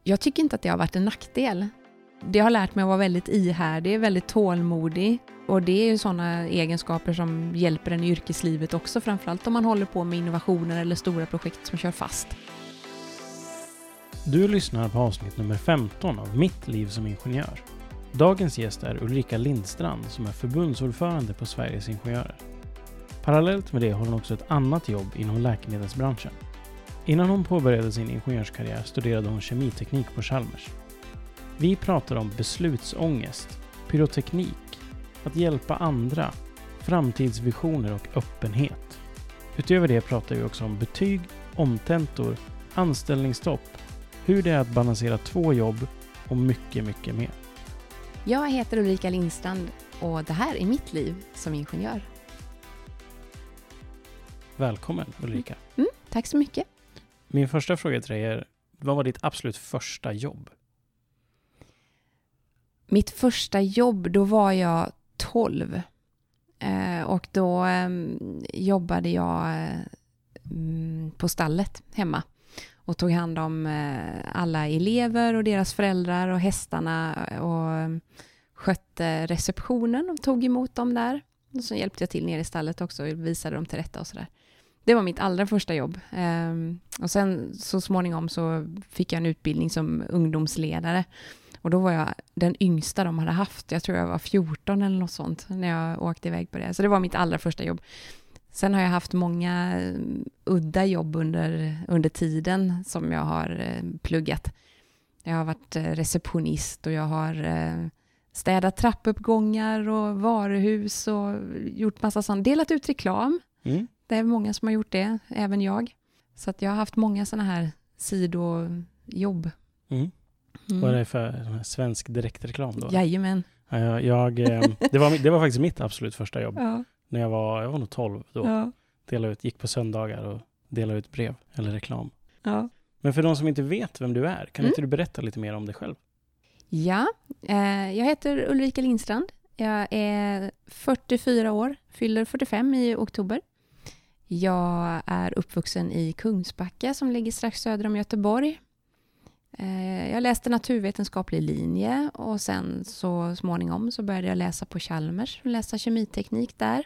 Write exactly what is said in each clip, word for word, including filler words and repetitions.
Jag tycker inte att det har varit en nackdel. Det har lärt mig att vara väldigt ihärdig, väldigt tålmodig. Och det är ju sådana egenskaper som hjälper en i yrkeslivet också. Framförallt om man håller på med innovationer eller stora projekt som kör fast. Du lyssnar på avsnitt nummer femton av Mitt liv som ingenjör. Dagens gäst är Ulrika Lindstrand som är förbundsordförande på Sveriges Ingenjörer. Parallellt med det har hon också ett annat jobb inom läkemedelsbranschen. Innan hon påbörjade sin ingenjörskarriär studerade hon kemiteknik på Chalmers. Vi pratar om beslutsångest, pyroteknik, att hjälpa andra, framtidsvisioner och öppenhet. Utöver det pratar vi också om betyg, omtentor, anställningsstopp, hur det är att balansera två jobb och mycket, mycket mer. Jag heter Ulrika Lindstrand och det här är mitt liv som ingenjör. Välkommen Ulrika. Mm, tack så mycket. Min första fråga till dig är, vad var ditt absolut första jobb? Mitt första jobb, då var jag tolv. Eh, och då eh, jobbade jag eh, på stallet hemma. Och tog hand om eh, alla elever och deras föräldrar och hästarna. Och eh, skötte receptionen och tog emot dem där. Och så hjälpte jag till nere i stallet också och visade dem till rätta och sådär. Det var mitt allra första jobb. Um, och sen så småningom så fick jag en utbildning som ungdomsledare. Och då var jag den yngsta de hade haft. Jag tror jag var fjorton eller något sånt när jag åkte iväg på det. Så det var mitt allra första jobb. Sen har jag haft många udda jobb under, under tiden som jag har eh, pluggat. Jag har varit eh, receptionist och jag har eh, städat trappuppgångar och varuhus och gjort massa sånt. Delat ut reklam. Mm. Det är många som har gjort det, även jag. Så att jag har haft många sådana här sidojobb. Mm. Mm. Vad är det för svensk direktreklam då? Jajamän. Ja, jag, jag, det, var, det var faktiskt mitt absolut första jobb. Ja. När jag var, jag var nog tolv då. Ja. Delade ut, gick på söndagar och delade ut brev eller reklam. Ja. Men för de som inte vet vem du är, kan mm. inte du berätta lite mer om dig själv? Ja, eh, jag heter Ulrika Lindstrand. Jag är fyrtiofyra år, fyller fyrtiofem i oktober. Jag är uppvuxen i Kungsbacka som ligger strax söder om Göteborg. Jag läste naturvetenskaplig linje och sen så småningom så började jag läsa på Chalmers och läsa kemiteknik där.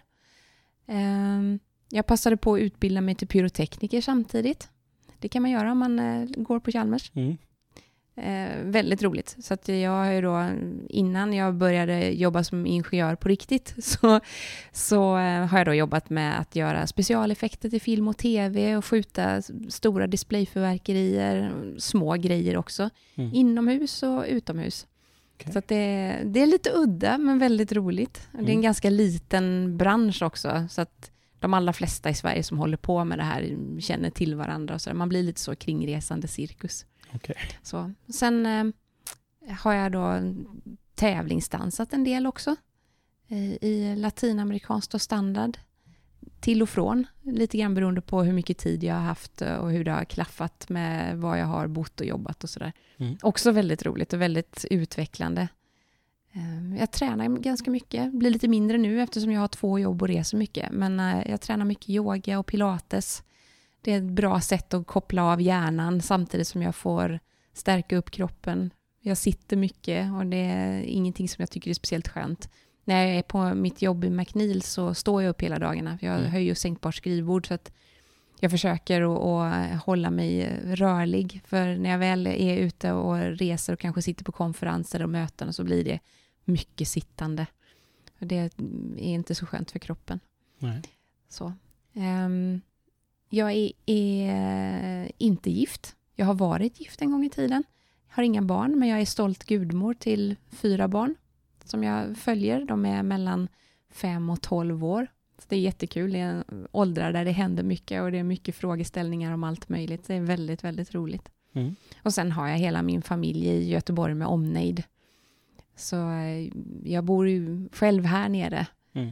Jag passade på att utbilda mig till pyrotekniker samtidigt. Det kan man göra om man går på Chalmers. Mm. Eh, väldigt roligt. Så att jag har ju då, innan jag började jobba som ingenjör på riktigt så, så eh, har jag då jobbat med att göra specialeffekter till film och tv och skjuta stora displayförverkerier, små grejer också, mm. inomhus och utomhus. Okay. Så att det, det är lite udda men väldigt roligt. Mm. Det är en ganska liten bransch också så att de allra flesta i Sverige som håller på med det här känner till varandra och så där. Man blir lite så kringresande cirkus. Okay. Så. Sen eh, har jag då tävlingsdansat en del också i, i latinamerikanskt och standard till och från, lite grann beroende på hur mycket tid jag har haft och hur det har klaffat med var jag har bott och jobbat och sådär. Mm. Också väldigt roligt och väldigt utvecklande. Eh, jag tränar ganska mycket, blir lite mindre nu eftersom jag har två jobb och reser mycket, men eh, jag tränar mycket yoga och pilates. Det är ett bra sätt att koppla av hjärnan samtidigt som jag får stärka upp kroppen. Jag sitter mycket och det är ingenting som jag tycker är speciellt skönt. När jag är på mitt jobb i McNeil så står jag upp hela dagarna. Jag mm. höjer och sänkbart skrivbord så att jag försöker att, att hålla mig rörlig. För när jag väl är ute och reser och kanske sitter på konferenser och möten så blir det mycket sittande. Det är inte så skönt för kroppen. Nej. Så. Um, Jag är, är inte gift. Jag har varit gift en gång i tiden. Jag har inga barn, men jag är stolt gudmor till fyra barn som jag följer. De är mellan fem och tolv år. Så det är jättekul. Det är åldrar där det händer mycket och det är mycket frågeställningar om allt möjligt. Det är väldigt, väldigt roligt. Mm. Och sen har jag hela min familj i Göteborg med omnejd. Så jag bor ju själv här nere. Mm.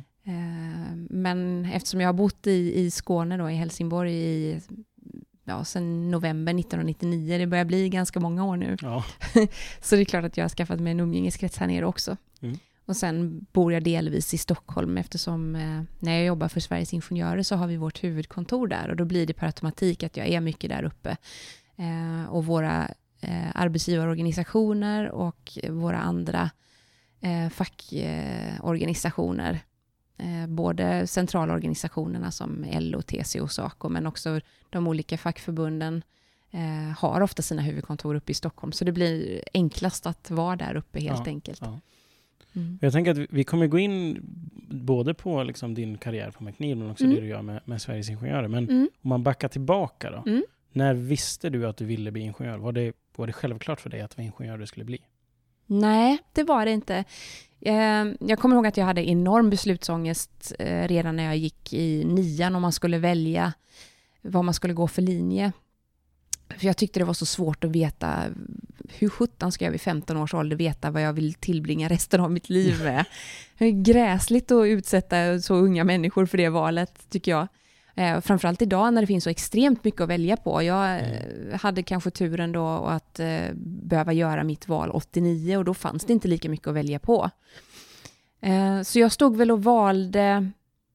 Men eftersom jag har bott i, i Skåne då, i Helsingborg i, ja, sedan november nittonhundranittionio, det börjar bli ganska många år nu. Ja. Så det är klart att jag har skaffat mig en umgängeskrets här nere också. Mm. Och sen bor jag delvis i Stockholm eftersom eh, när jag jobbar för Sveriges Ingenjörer så har vi vårt huvudkontor där och då blir det per automatik att jag är mycket där uppe. Eh, och våra eh, arbetsgivarorganisationer och våra andra eh, fackorganisationer. Eh, både centralorganisationerna som L O, T C O och SACO, men också de olika fackförbunden eh, har ofta sina huvudkontor uppe i Stockholm. Så det blir enklast att vara där uppe helt ja, enkelt. Ja. Mm. Jag tänker att vi kommer gå in både på liksom din karriär på McNeil men också mm. det du gör med, med Sveriges Ingenjörer. Men mm. om man backar tillbaka då. Mm. När visste du att du ville bli ingenjör? Var det, var det självklart för dig att vara ingenjör du skulle bli? Nej, det var det inte. Jag kommer ihåg att jag hade enorm beslutsångest redan när jag gick i nian om man skulle välja vad man skulle gå för linje. För jag tyckte det var så svårt att veta hur sjutton ska jag vid femton års ålder veta vad jag vill tillbringa resten av mitt liv med. Det är gräsligt att utsätta så unga människor för det valet, tycker jag. Eh, framförallt idag när det finns så extremt mycket att välja på. Jag eh, hade kanske turen då att eh, behöva göra mitt val åttionio och då fanns det inte lika mycket att välja på. Eh, så jag stod väl och valde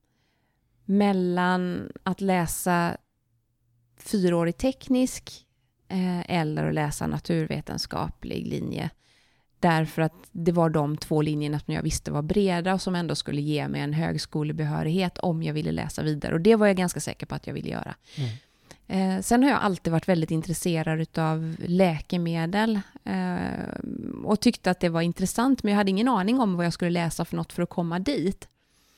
mellan att läsa fyraårig teknisk eh, eller att läsa naturvetenskaplig linje. Därför att det var de två linjerna som jag visste var breda och som ändå skulle ge mig en högskolebehörighet om jag ville läsa vidare. Och det var jag ganska säker på att jag ville göra. Mm. Eh, sen har jag alltid varit väldigt intresserad av läkemedel eh, och tyckte att det var intressant, men jag hade ingen aning om vad jag skulle läsa för något för att komma dit.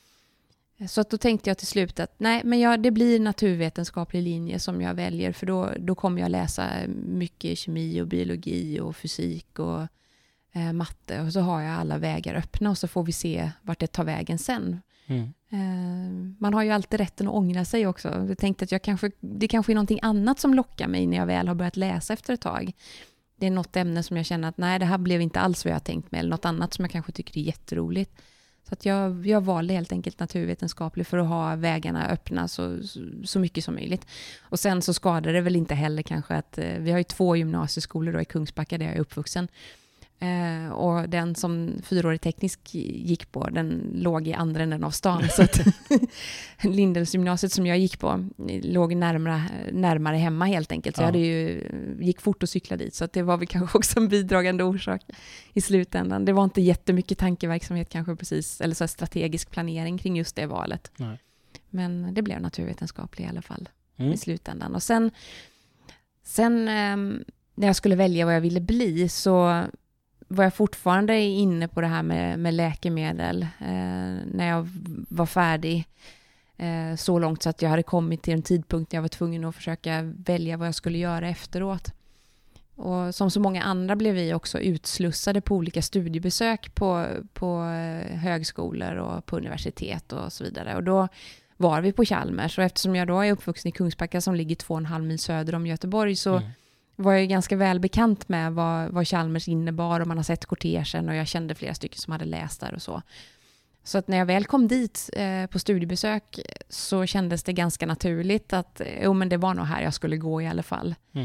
Så att då tänkte jag till slut att nej, men jag, det blir naturvetenskaplig linje som jag väljer, för då, då kommer jag läsa mycket kemi och biologi och fysik och eh, matte, och så har jag alla vägar öppna och så får vi se vart det tar vägen sen. Mm. Eh, man har ju alltid rätten att ångra sig också. Jag tänkte att jag kanske, det kanske är någonting annat som lockar mig när jag väl har börjat läsa efter ett tag. Det är något ämne som jag känner att nej, det här blev inte alls vad jag tänkt mig, eller något annat som jag kanske tycker är jätteroligt. Så att jag, jag valde helt enkelt naturvetenskaplig för att ha vägarna öppna så, så, så mycket som möjligt. Och sen så skadade det väl inte heller kanske att eh, vi har ju två gymnasieskolor då i Kungsbacka där jag är uppvuxen. Eh, och den som fyraårig teknisk gick på, den låg i andra änden av stan. Så att Lindelsgymnasiet som jag gick på låg närmare, närmare hemma helt enkelt. Så ja. jag hade ju, gick fort och cykla dit. Så att det var väl kanske också en bidragande orsak i slutändan. Det var inte jättemycket tankeverksamhet kanske precis, eller så strategisk planering kring just det valet. Nej. Men det blev naturvetenskaplig i alla fall mm. i slutändan. Och sen, sen eh, när jag skulle välja vad jag ville bli så var jag fortfarande inne på det här med, med läkemedel eh, när jag var färdig eh, så långt så att jag hade kommit till en tidpunkt när jag var tvungen att försöka välja vad jag skulle göra efteråt. Och som så många andra blev vi också utslussade på olika studiebesök på, på högskolor och på universitet och så vidare. Och då var vi på Chalmers, och eftersom jag då är uppvuxen i Kungsbacka som ligger två och en halv mil söder om Göteborg så mm. var jag ganska väl bekant med vad, vad Chalmers innebar, och man har sett kortegen och jag kände flera stycken som hade läst där och så. Så att när jag väl kom dit eh, på studiebesök så kändes det ganska naturligt att jo, men det var nog här jag skulle gå i alla fall. Mm.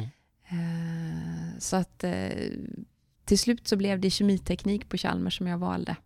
Eh, så att eh, till slut så blev det kemiteknik på Chalmers som jag valde.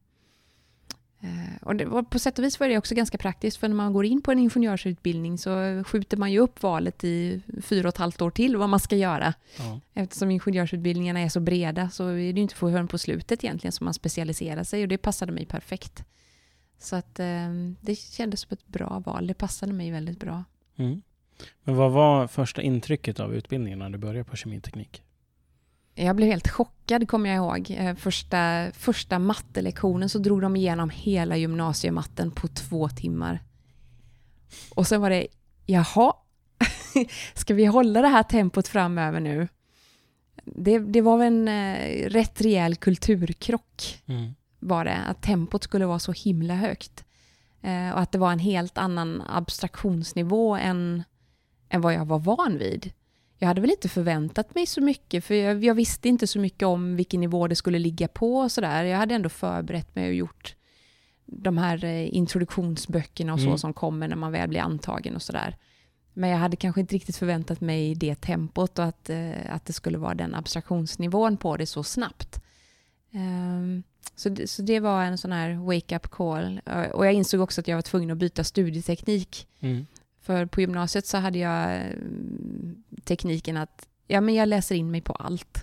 Eh, och det var, på sätt och vis var det också ganska praktiskt, för när man går in på en ingenjörsutbildning så skjuter man ju upp valet i fyra och ett halvt år till vad man ska göra. Ja. Eftersom ingenjörsutbildningarna är så breda så är det ju inte förrän på slutet egentligen som man specialiserar sig, och det passade mig perfekt. Så att eh, det kändes som ett bra val. Det passade mig väldigt bra. Mm. Men vad var första intrycket av utbildningen när du började på kemiteknik? Jag blev helt chockad, kommer jag ihåg. Första, första mattelektionen så drog de igenom hela gymnasiematten på två timmar. Och sen var det, jaha, ska vi hålla det här tempot framöver nu? Det, det var en eh, rätt rejäl kulturkrock. Mm. Var det, att tempot skulle vara så himla högt. Eh, och att det var en helt annan abstraktionsnivå än, än vad jag var van vid. Jag hade väl inte förväntat mig så mycket, för jag, jag visste inte så mycket om vilken nivå det skulle ligga på och sådär. Jag hade ändå förberett mig och gjort de här eh, introduktionsböckerna och så mm. som kommer när man väl blir antagen och sådär. Men jag hade kanske inte riktigt förväntat mig det tempot och att, eh, att det skulle vara den abstraktionsnivån på det så snabbt. Um, så, det, så det var en sån här wake-up call. Och jag insåg också att jag var tvungen att byta studieteknik. Mm. För på gymnasiet så hade jag tekniken att ja, men jag läser in mig på allt.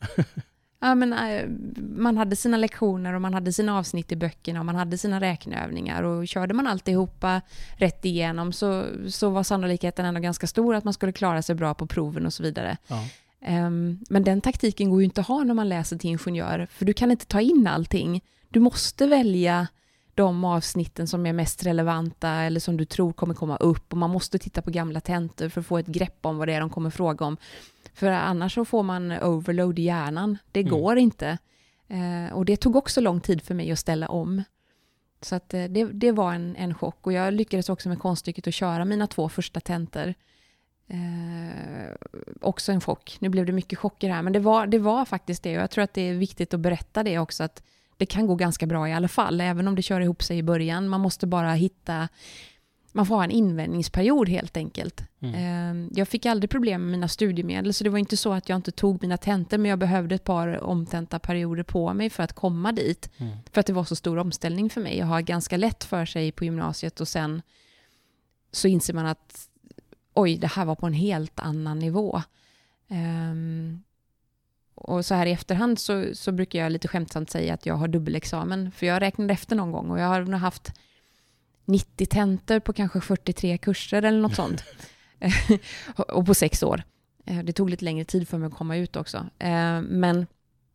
Ja, men, man hade sina lektioner och man hade sina avsnitt i böckerna och man hade sina räkneövningar, och körde man alltihopa rätt igenom så, så var sannolikheten ändå ganska stor att man skulle klara sig bra på proven och så vidare. Ja. Um, men den taktiken går ju inte att ha när man läser till ingenjör, för du kan inte ta in allting. Du måste välja de avsnitten som är mest relevanta eller som du tror kommer komma upp, och man måste titta på gamla tentor för att få ett grepp om vad det är de kommer fråga om. För annars så får man overload i hjärnan. Det mm. går inte. Eh, och det tog också lång tid för mig att ställa om. Så att eh, det, det var en, en chock. Och jag lyckades också med konststycket att köra mina två första tentor. Eh, också en chock. Nu blev det mycket chocker här. Men det var, det var faktiskt det. Och jag tror att det är viktigt att berätta det också. Att det kan gå ganska bra i alla fall. Även om det kör ihop sig i början. Man måste bara hitta... Man får ha en invändningsperiod helt enkelt. Mm. Jag fick aldrig problem med mina studiemedel, så det var inte så att jag inte tog mina tentor, men jag behövde ett par omtenta perioder på mig för att komma dit. Mm. För att det var så stor omställning för mig. Jag har ganska lätt för sig på gymnasiet, och sen så inser man att oj, det här var på en helt annan nivå. Um, och så här i efterhand så, så brukar jag lite skämtsamt säga att jag har dubbelexamen. För jag räknade efter någon gång och jag har nog haft nittio tentor på kanske fyrtiotre kurser eller något sånt. Och på sex år. Det tog lite längre tid för mig att komma ut också. Men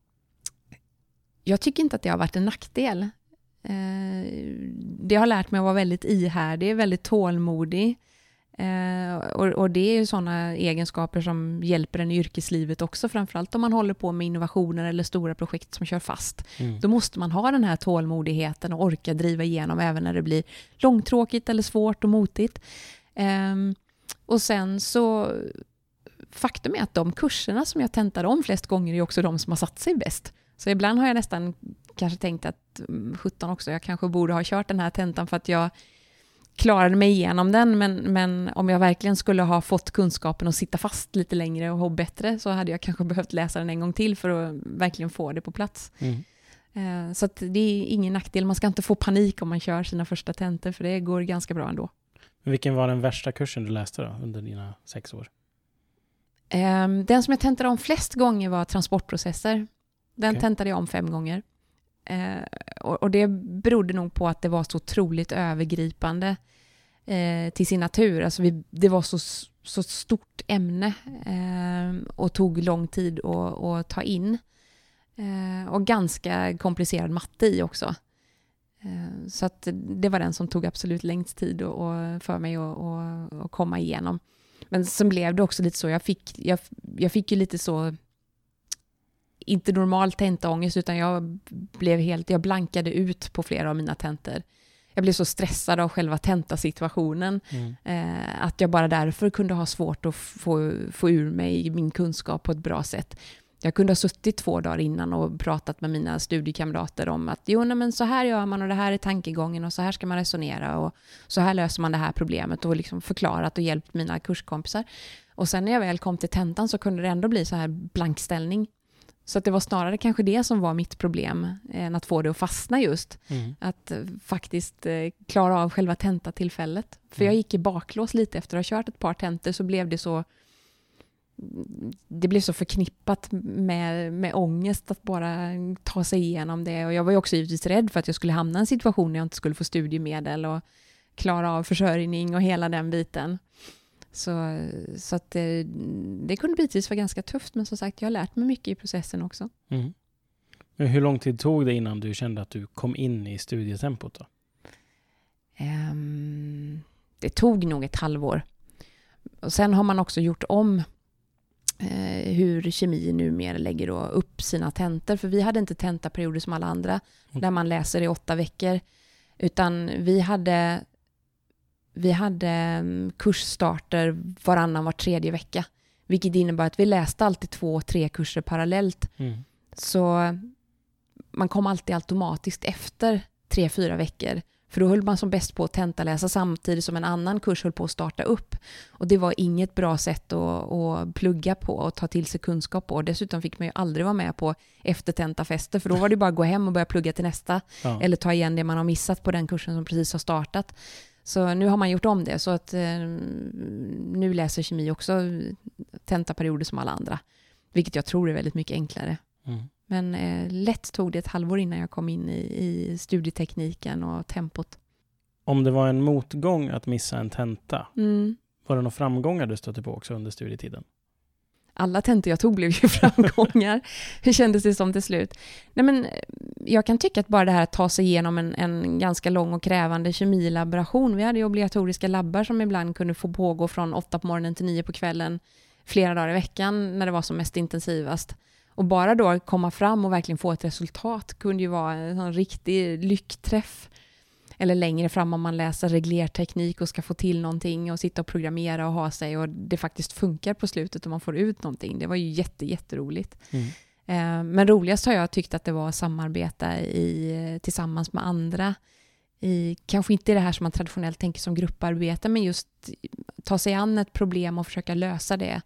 jag tycker inte att det har varit en nackdel. Det har lärt mig att vara väldigt ihärdig, väldigt tålmodig. Och det är ju sådana egenskaper som hjälper en i yrkeslivet också, framförallt om man håller på med innovationer eller stora projekt som kör fast. Mm. Då måste man ha den här tålmodigheten och orka driva igenom även när det blir långtråkigt eller svårt och motigt. Um, och sen så faktum är att de kurserna som jag tentade om flest gånger är också de som har satt sig bäst. Så ibland har jag nästan kanske tänkt att sjutton också, jag kanske borde ha kört den här tentan för att jag klarade mig igenom den, men, men om jag verkligen skulle ha fått kunskapen att sitta fast lite längre och ha bättre, så hade jag kanske behövt läsa den en gång till för att verkligen få det på plats. Mm. Uh, så att det är ingen nackdel. Man ska inte få panik om man kör sina första tentor, för det går ganska bra ändå. Men vilken var den värsta kursen du läste då, under dina sex år? Um, den som jag tentade om flest gånger var transportprocesser. Den okay. tentade jag om fem gånger. Uh, och, och det berodde nog på att det var så otroligt övergripande eh, till sin natur. Alltså vi, det var så, så stort ämne eh, och tog lång tid att, att ta in. Eh, och ganska komplicerad matte i också. Eh, så att det var den som tog absolut längst tid och, och för mig att, att, att komma igenom. Men sen blev det också lite så. Jag fick, jag, jag fick ju lite så... inte normalt tentaångest, utan jag blev helt, jag blankade ut på flera av mina tentor. Jag blev så stressad av själva tentasituationen mm. eh, att jag bara därför kunde ha svårt att få, få ur mig min kunskap på ett bra sätt. Jag kunde ha suttit två dagar innan och pratat med mina studiekamrater om att jo, nej, men så här gör man och det här är tankegången och så här ska man resonera och så här löser man det här problemet, och liksom förklarat och hjälpt mina kurskompisar. Och sen när jag väl kom till tentan så kunde det ändå bli så här blankställning. Så att det var snarare kanske det som var mitt problem, än att få det att fastna just. Mm. Att eh, faktiskt eh, klara av själva tentatillfället. För mm. jag gick i baklås lite efter att ha kört ett par tentor, så blev det så det blev så förknippat med, med ångest att bara ta sig igenom det. Och jag var ju också givetvis rädd för att jag skulle hamna i en situation där jag inte skulle få studiemedel och klara av försörjning och hela den biten. Så, så att det, det kunde bitvis vara ganska tufft, men som sagt, jag har lärt mig mycket i processen också. Mm. Men hur lång tid tog det innan du kände att du kom in i studietempot då? Um, det tog nog ett halvår. Och sen har man också gjort om eh, hur kemi numera lägger då upp sina tentor. För vi hade inte tentaperioder som alla andra, mm. där man läser i åtta veckor. Utan vi hade... Vi hade kursstarter varannan var tredje vecka. Vilket innebär att vi läste alltid två, tre kurser parallellt. Mm. Så man kom alltid automatiskt efter tre, fyra veckor. För då höll man som bäst på att tentaläsa samtidigt som en annan kurs höll på att starta upp. Och det var inget bra sätt att, att plugga på och ta till sig kunskap på. Och dessutom fick man ju aldrig vara med på eftertentafester. För då var det bara att gå hem och börja plugga till nästa. Ja. Eller ta igen det man har missat på den kursen som precis har startat. Så nu har man gjort om det, så att eh, nu läser kemi också tentaperioder som alla andra. Vilket jag tror är väldigt mycket enklare. Mm. Men eh, lätt tog det ett halvår innan jag kom in i, i studietekniken och tempot. Om det var en motgång att missa en tenta, Mm. var det några framgångar du stötte på också under studietiden? Alla tentor jag tog blev ju framgångar. Hur kändes det som till slut? Nej, men jag kan tycka att bara det här att ta sig igenom en, en ganska lång och krävande kemilaboration. Vi hade ju obligatoriska labbar som ibland kunde få pågå från åtta på morgonen till nio på kvällen flera dagar i veckan när det var som mest intensivast. Och bara då komma fram och verkligen få ett resultat kunde ju vara en sån riktig lyckträff. Eller längre fram om man läser reglerteknik och ska få till någonting och sitta och programmera och ha sig och det faktiskt funkar på slutet och man får ut någonting. Det var ju jätte, jätteroligt. Mm. Eh, men roligast har jag tyckt att det var att samarbeta i, tillsammans med andra. I, kanske inte det här som man traditionellt tänker som grupparbete, men just ta sig an ett problem och försöka lösa det.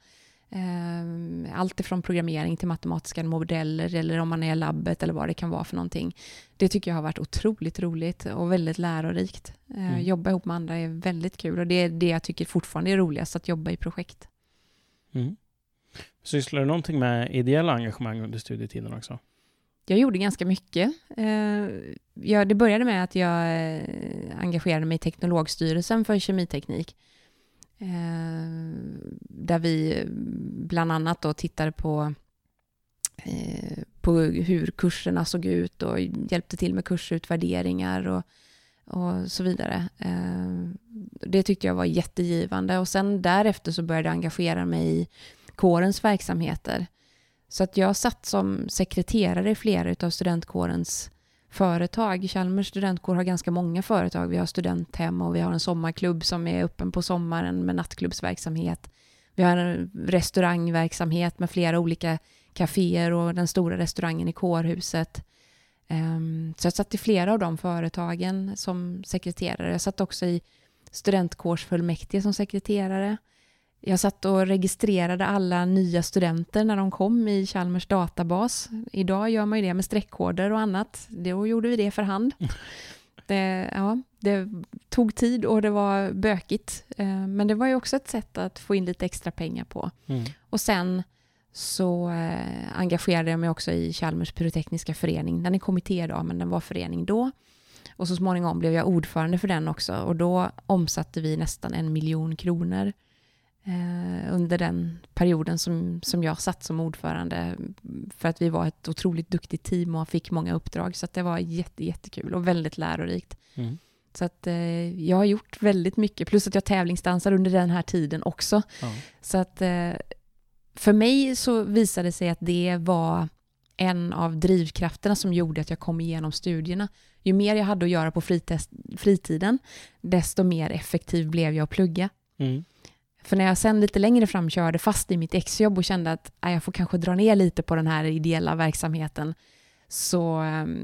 Allt ifrån programmering till matematiska modeller eller om man är i labbet eller vad det kan vara för någonting. Det tycker jag har varit otroligt roligt och väldigt lärorikt. Mm. Jobba ihop med andra är väldigt kul och det är det jag tycker fortfarande är roligast, att jobba i projekt. Mm. Sysslar du någonting med ideella engagemang under studietiden också? Jag gjorde ganska mycket. Ja, det började med att jag engagerade mig i teknologstyrelsen för kemiteknik. Eh, där vi bland annat då tittade på, eh, på hur kurserna såg ut och hjälpte till med kursutvärderingar och, och så vidare. Eh, det tyckte jag var jättegivande och sen därefter så började jag engagera mig i kårens verksamheter. Så att jag satt som sekreterare i flera av studentkårens företag. Chalmers studentkår har ganska många företag. Vi har studenthem och vi har en sommarklubb som är öppen på sommaren med nattklubbsverksamhet. Vi har en restaurangverksamhet med flera olika kaféer och den stora restaurangen i kårhuset. Um, så jag satt i flera av de företagen som sekreterare. Jag satt också i studentkårsfullmäktige som sekreterare. Jag satt och registrerade alla nya studenter när de kom i Chalmers databas. Idag gör man ju det med streckkoder och annat. Då gjorde vi det för hand. Det, ja, det tog tid och det var bökigt. Men det var ju också ett sätt att få in lite extra pengar på. Mm. Och sen så eh, engagerade jag mig också i Chalmers pyrotekniska förening. Den är kommitté idag, men den var förening då. Och så småningom blev jag ordförande för den också. Och då omsatte vi nästan en miljon kronor. Eh, under den perioden som, som jag satt som ordförande, för att vi var ett otroligt duktigt team och fick många uppdrag, så att det var jätte, jättekul och väldigt lärorikt. Mm. Så att eh, jag har gjort väldigt mycket, plus att jag tävlingsdansar under den här tiden också. Ja. Så att eh, för mig så visade det sig att det var en av drivkrafterna som gjorde att jag kom igenom studierna. Ju mer jag hade att göra på fritest, fritiden, desto mer effektiv blev jag att plugga. Mm. För när jag sen lite längre fram körde fast i mitt exjobb och kände att äh, jag får kanske dra ner lite på den här ideella verksamheten, så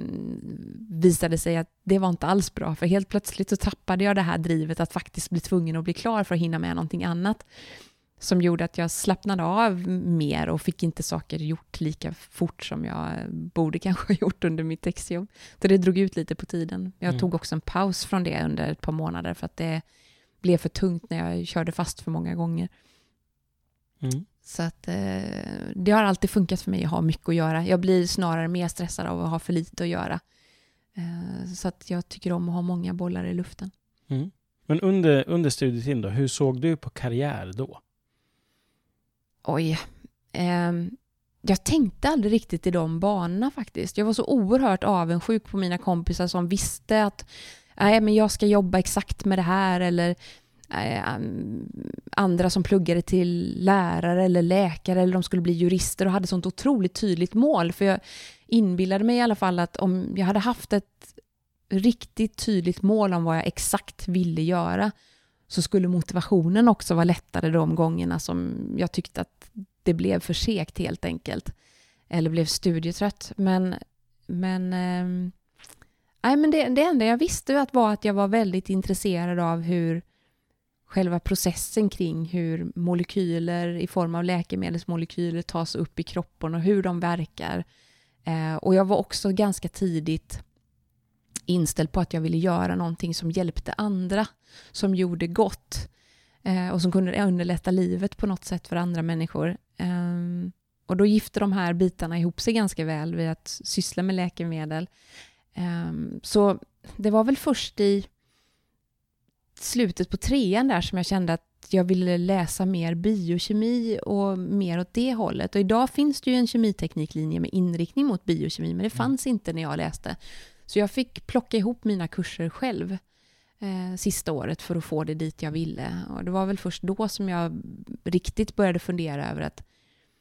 um, visade det sig att det var inte alls bra. För helt plötsligt så tappade jag det här drivet att faktiskt bli tvungen att bli klar för att hinna med någonting annat. Som gjorde att jag slappnade av mer och fick inte saker gjort lika fort som jag borde kanske ha gjort under mitt exjobb. Så det drog ut lite på tiden. Jag mm. tog också en paus från det under ett par månader för att det blev för tungt när jag körde fast för många gånger. Mm. Så att eh, det har alltid funkat för mig att ha mycket att göra. Jag blir snarare mer stressad av att ha för lite att göra. Eh, så att jag tycker om att ha många bollar i luften. Mm. Men under, under studietiden då, hur såg du på karriär då? Oj. Eh, jag tänkte aldrig riktigt i de banorna faktiskt. Jag var så oerhört avundsjuk på mina kompisar som visste att nej, men jag ska jobba exakt med det här, eller äh, andra som pluggade till lärare eller läkare, eller de skulle bli jurister och hade sånt otroligt tydligt mål. För jag inbillade mig i alla fall att om jag hade haft ett riktigt tydligt mål om vad jag exakt ville göra, så skulle motivationen också vara lättare de gångerna som jag tyckte att det blev för segt helt enkelt. Eller blev studietrött. Men, men ähm, Nej, men det, det enda jag visste att var att jag var väldigt intresserad av hur själva processen kring hur molekyler i form av läkemedelsmolekyler tas upp i kroppen och hur de verkar. Eh, och jag var också ganska tidigt inställd på att jag ville göra någonting som hjälpte andra, som gjorde gott eh, och som kunde underlätta livet på något sätt för andra människor. Eh, och då gifter de här bitarna ihop sig ganska väl vid att syssla med läkemedel. Um, så det var väl först i slutet på trean där som jag kände att jag ville läsa mer biokemi och mer åt det hållet. Och idag finns det ju en kemitekniklinje med inriktning mot biokemi, men det fanns mm. inte när jag läste. Så jag fick plocka ihop mina kurser själv eh, sista året för att få det dit jag ville. Och det var väl först då som jag riktigt började fundera över att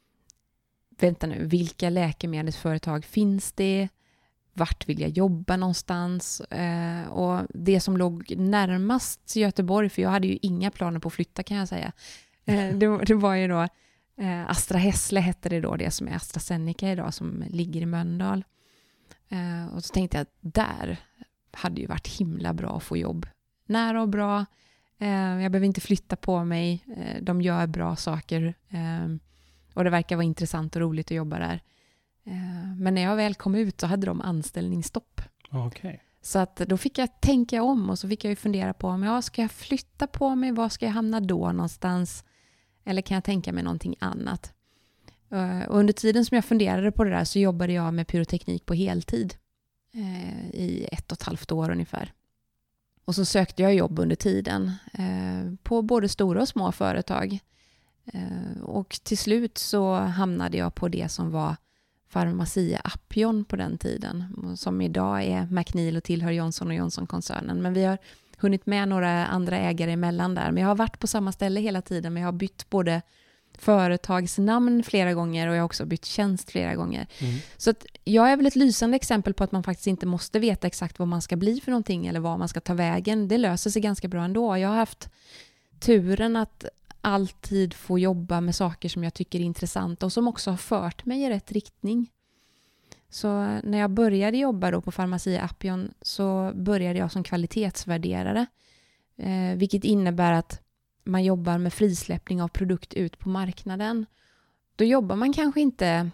vänta nu, vilka läkemedelsföretag finns det? Vart vill jag jobba någonstans? Eh, och det som låg närmast Göteborg, för jag hade ju inga planer på att flytta kan jag säga. Eh, det, det var ju då eh, Astra Hässle hette det då, det som är AstraZeneca idag som ligger i Mölndal. Eh, och så tänkte jag att där hade ju varit himla bra att få jobb. Nära och bra. Eh, jag behöver inte flytta på mig. Eh, de gör bra saker. Eh, och det verkar vara intressant och roligt att jobba där. Men när jag väl kom ut så hade de anställningsstopp. Okay. Så att då fick jag tänka om och så fick jag ju fundera på om jag ska jag flytta på mig, var ska jag hamna då någonstans? Eller kan jag tänka mig någonting annat? Och under tiden som jag funderade på det där så jobbade jag med pyroteknik på heltid i ett och ett halvt år ungefär. Och så sökte jag jobb under tiden på både stora och små företag. Och till slut så hamnade jag på det som var Pharmacia Upjohn på den tiden, som idag är McNeil och tillhör Johnson och Johnson-koncernen. Men vi har hunnit med några andra ägare emellan där. Men jag har varit på samma ställe hela tiden, men jag har bytt både företagsnamn flera gånger och jag har också bytt tjänst flera gånger. Mm. Så att jag är väl ett lysande exempel på att man faktiskt inte måste veta exakt vad man ska bli för någonting eller vad man ska ta vägen. Det löser sig ganska bra ändå. Jag har haft turen att alltid få jobba med saker som jag tycker är intressanta och som också har fört mig i rätt riktning. Så när jag började jobba då på Pharmacia Upjohn så började jag som kvalitetsvärderare. Eh, vilket innebär att man jobbar med frisläppning av produkt ut på marknaden. Då jobbar man kanske inte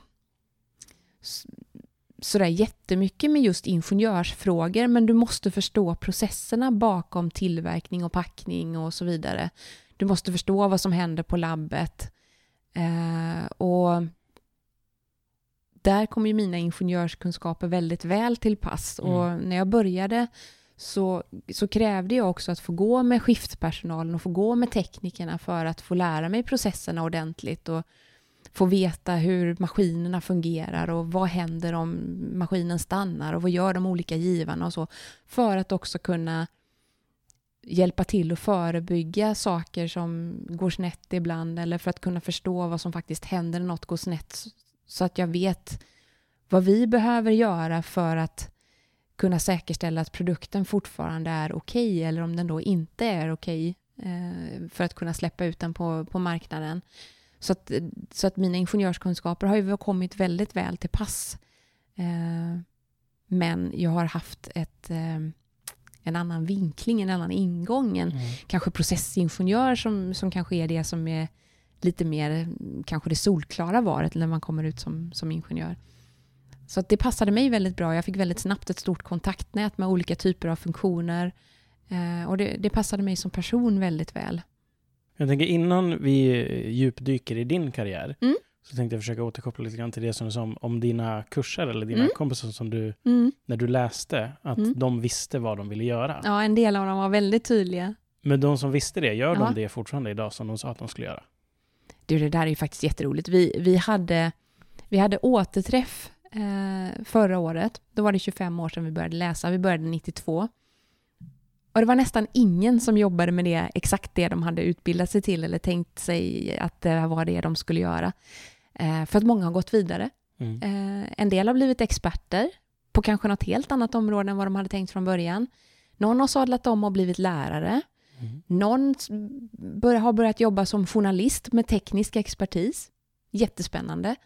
sådär jättemycket med just ingenjörsfrågor, men du måste förstå processerna bakom tillverkning och packning och så vidare. Du måste förstå vad som händer på labbet. Eh, och där kommer ju mina ingenjörskunskaper väldigt väl till pass. Mm. Och när jag började så, så krävde jag också att få gå med skiftpersonalen och få gå med teknikerna för att få lära mig processerna ordentligt och få veta hur maskinerna fungerar och vad händer om maskinen stannar och vad gör de olika givarna och så. För att också kunna hjälpa till att förebygga saker som går snett ibland eller för att kunna förstå vad som faktiskt händer när något går snett så att jag vet vad vi behöver göra för att kunna säkerställa att produkten fortfarande är okej eller om den då inte är okej eh, för att kunna släppa ut den på, på marknaden. Så att, så att mina ingenjörskunskaper har ju kommit väldigt väl till pass. Eh, men jag har haft ett... Eh, en annan vinkling, en annan ingång, en mm. kanske processingenjör som, som kanske är det som är lite mer kanske det solklara varet när man kommer ut som, som ingenjör. Så att det passade mig väldigt bra. Jag fick väldigt snabbt ett stort kontaktnät med olika typer av funktioner eh, och det, det passade mig som person väldigt väl. Jag tänker innan vi djupdyker i din karriär mm. så tänkte jag försöka återkoppla lite grann till det som du sa om, om dina kurser eller dina mm. kompisar som du, mm. när du läste, att mm. de visste vad de ville göra. Ja, en del av dem var väldigt tydliga. Men de som visste det, gör ja. de det fortfarande idag som de sa att de skulle göra? Du, det där är ju faktiskt jätteroligt. Vi, vi, hade, vi hade återträff eh, förra året. Då var det tjugofem år sedan vi började läsa. Vi började nittiotvå. Och det var nästan ingen som jobbade med det, exakt det de hade utbildat sig till eller tänkt sig att det var det de skulle göra. Eh, för att många har gått vidare. Mm. Eh, en del har blivit experter på kanske något helt annat område än vad de hade tänkt från början. Någon har sadlat om och blivit lärare. Mm. Någon bör, har börjat jobba som journalist med teknisk expertis. Jättespännande.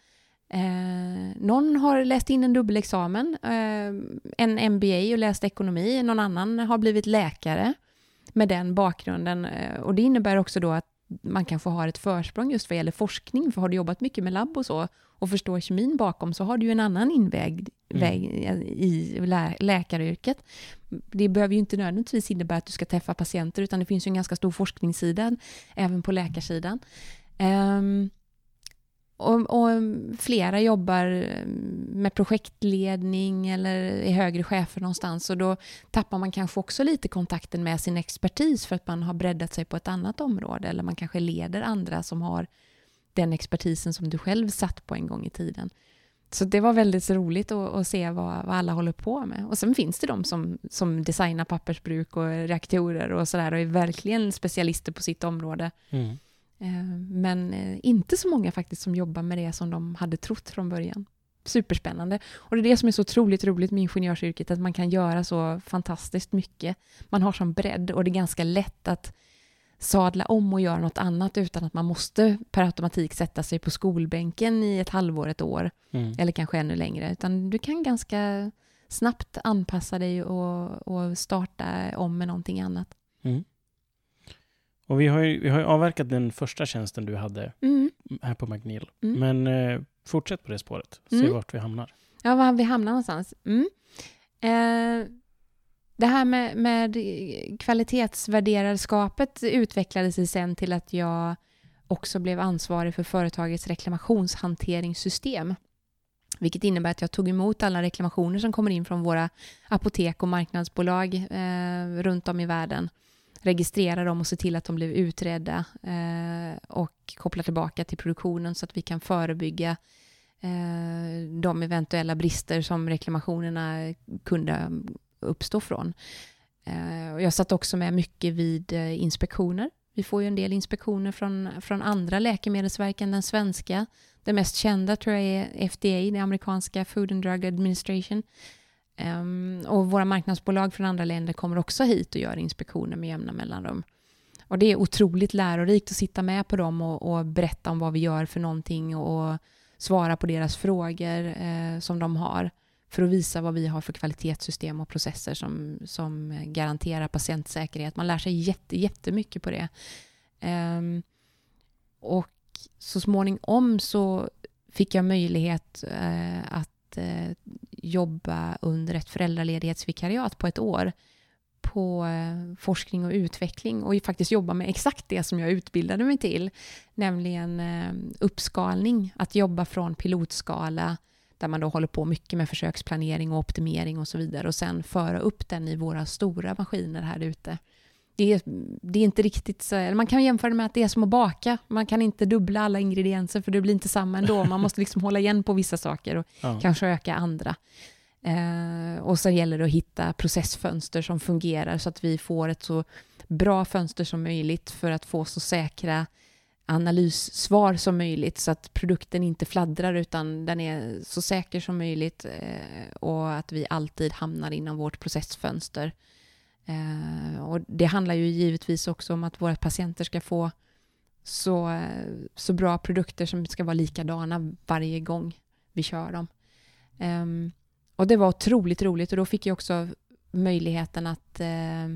Eh, någon har läst in en dubbelexamen, eh, en M B A och läst ekonomi. Någon annan har blivit läkare med den bakgrunden. Eh, och det innebär också då att man kanske har ett försprång just vad gäller forskning. För har du jobbat mycket med labb och så och förstår kemin bakom så har du ju en annan inväg mm. väg i lä- läkaryrket. Det behöver ju inte nödvändigtvis innebära att du ska träffa patienter utan det finns ju en ganska stor forskningssida även på läkarsidan. Um, och, och flera jobbar med projektledning eller är högre chefer någonstans, och då tappar man kanske också lite kontakten med sin expertis för att man har breddat sig på ett annat område, eller man kanske leder andra som har den expertisen som du själv satt på en gång i tiden. Så det var väldigt roligt att, att se vad, vad alla håller på med. Och sen finns det de som, som designar pappersbruk och reaktorer och sådär och är verkligen specialister på sitt område. Mm. Men inte så många faktiskt som jobbar med det som de hade trott från början. Superspännande. Och det är det som är så otroligt roligt med ingenjörsyrket, att man kan göra så fantastiskt mycket. Man har sån bredd och det är ganska lätt att sadla om och göra något annat utan att man måste per automatik sätta sig på skolbänken i ett halvår, ett år. Mm. Eller kanske ännu längre. Utan du kan ganska snabbt anpassa dig och, och starta om med någonting annat. Mm. Och vi har ju vi har ju avverkat den första tjänsten du hade mm. här på McNeil. Mm. Men eh, fortsätt på det spåret. Se mm. vart vi hamnar. Ja, var vi hamnar någonstans. Mm. Eh, det här med, med kvalitetsvärderarskapet utvecklade sig sen till att jag också blev ansvarig för företagets reklamationshanteringssystem. Vilket innebär att jag tog emot alla reklamationer som kommer in från våra apotek och marknadsbolag eh, runt om i världen. Registrera dem och se till att de blev utredda eh, och koppla tillbaka till produktionen så att vi kan förebygga eh, de eventuella brister som reklamationerna kunde uppstå från. Eh, och jag satt också med mycket vid eh, inspektioner. Vi får ju en del inspektioner från, från andra läkemedelsverk än den svenska. Det mest kända tror jag är F D A, det amerikanska Food and Drug Administration. Um, och våra marknadsbolag från andra länder kommer också hit och gör inspektioner med jämna mellanrum. Och det är otroligt lärorikt att sitta med på dem och, och berätta om vad vi gör för någonting och svara på deras frågor eh, som de har för att visa vad vi har för kvalitetssystem och processer som, som garanterar patientsäkerhet. Man lär sig jätte, jättemycket på det. Um, och så småningom så fick jag möjlighet eh, att eh, jobba under ett föräldraledighetsvikariat på ett år på eh, forskning och utveckling och faktiskt jobba med exakt det som jag utbildade mig till, nämligen eh, uppskalning, att jobba från pilotskala där man då håller på mycket med försöksplanering och optimering och så vidare och sen föra upp den i våra stora maskiner här ute. Det är, det är inte riktigt så, man kan jämföra med att det är som att baka. Man kan inte dubbla alla ingredienser för det blir inte samma ändå. Man måste liksom hålla igen på vissa saker och ja. kanske öka andra. Eh, och så gäller det att hitta processfönster som fungerar så att vi får ett så bra fönster som möjligt för att få så säkra analyssvar som möjligt så att produkten inte fladdrar utan den är så säker som möjligt eh, och att vi alltid hamnar inom vårt processfönster. Uh, och det handlar ju givetvis också om att våra patienter ska få så, så bra produkter som ska vara likadana varje gång vi kör dem. Um, och det var otroligt roligt och då fick jag också möjligheten att uh,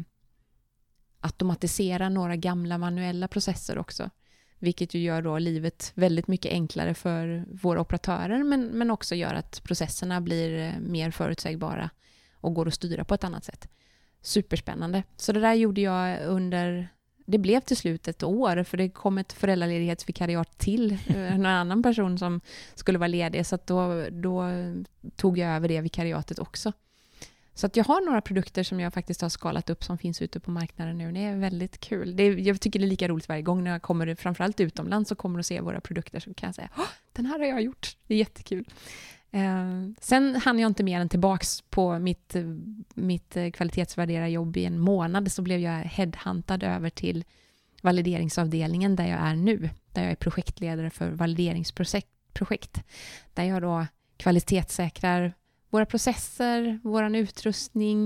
automatisera några gamla manuella processer också. Vilket ju gör då livet väldigt mycket enklare för våra operatörer men, men också gör att processerna blir mer förutsägbara och går att styra på ett annat sätt. Superspännande. Så det där gjorde jag under, det blev till slut ett år för det kom ett föräldraledighetsvikariat till en annan person som skulle vara ledig så att då, då tog jag över det vikariatet också. Så att jag har några produkter som jag faktiskt har skalat upp som finns ute på marknaden nu. Det är väldigt kul. Det är, jag tycker det är lika roligt varje gång när jag kommer framförallt utomlands och kommer att se våra produkter så kan jag säga, den här har jag gjort. Det är jättekul. Eh, sen hann jag inte mer än tillbaks på mitt, mitt kvalitetsvärderarjobb i en månad så blev jag headhuntad över till valideringsavdelningen där jag är nu. Där jag är projektledare för valideringsprojekt. Där jag då kvalitetssäkrar våra processer, våran utrustning.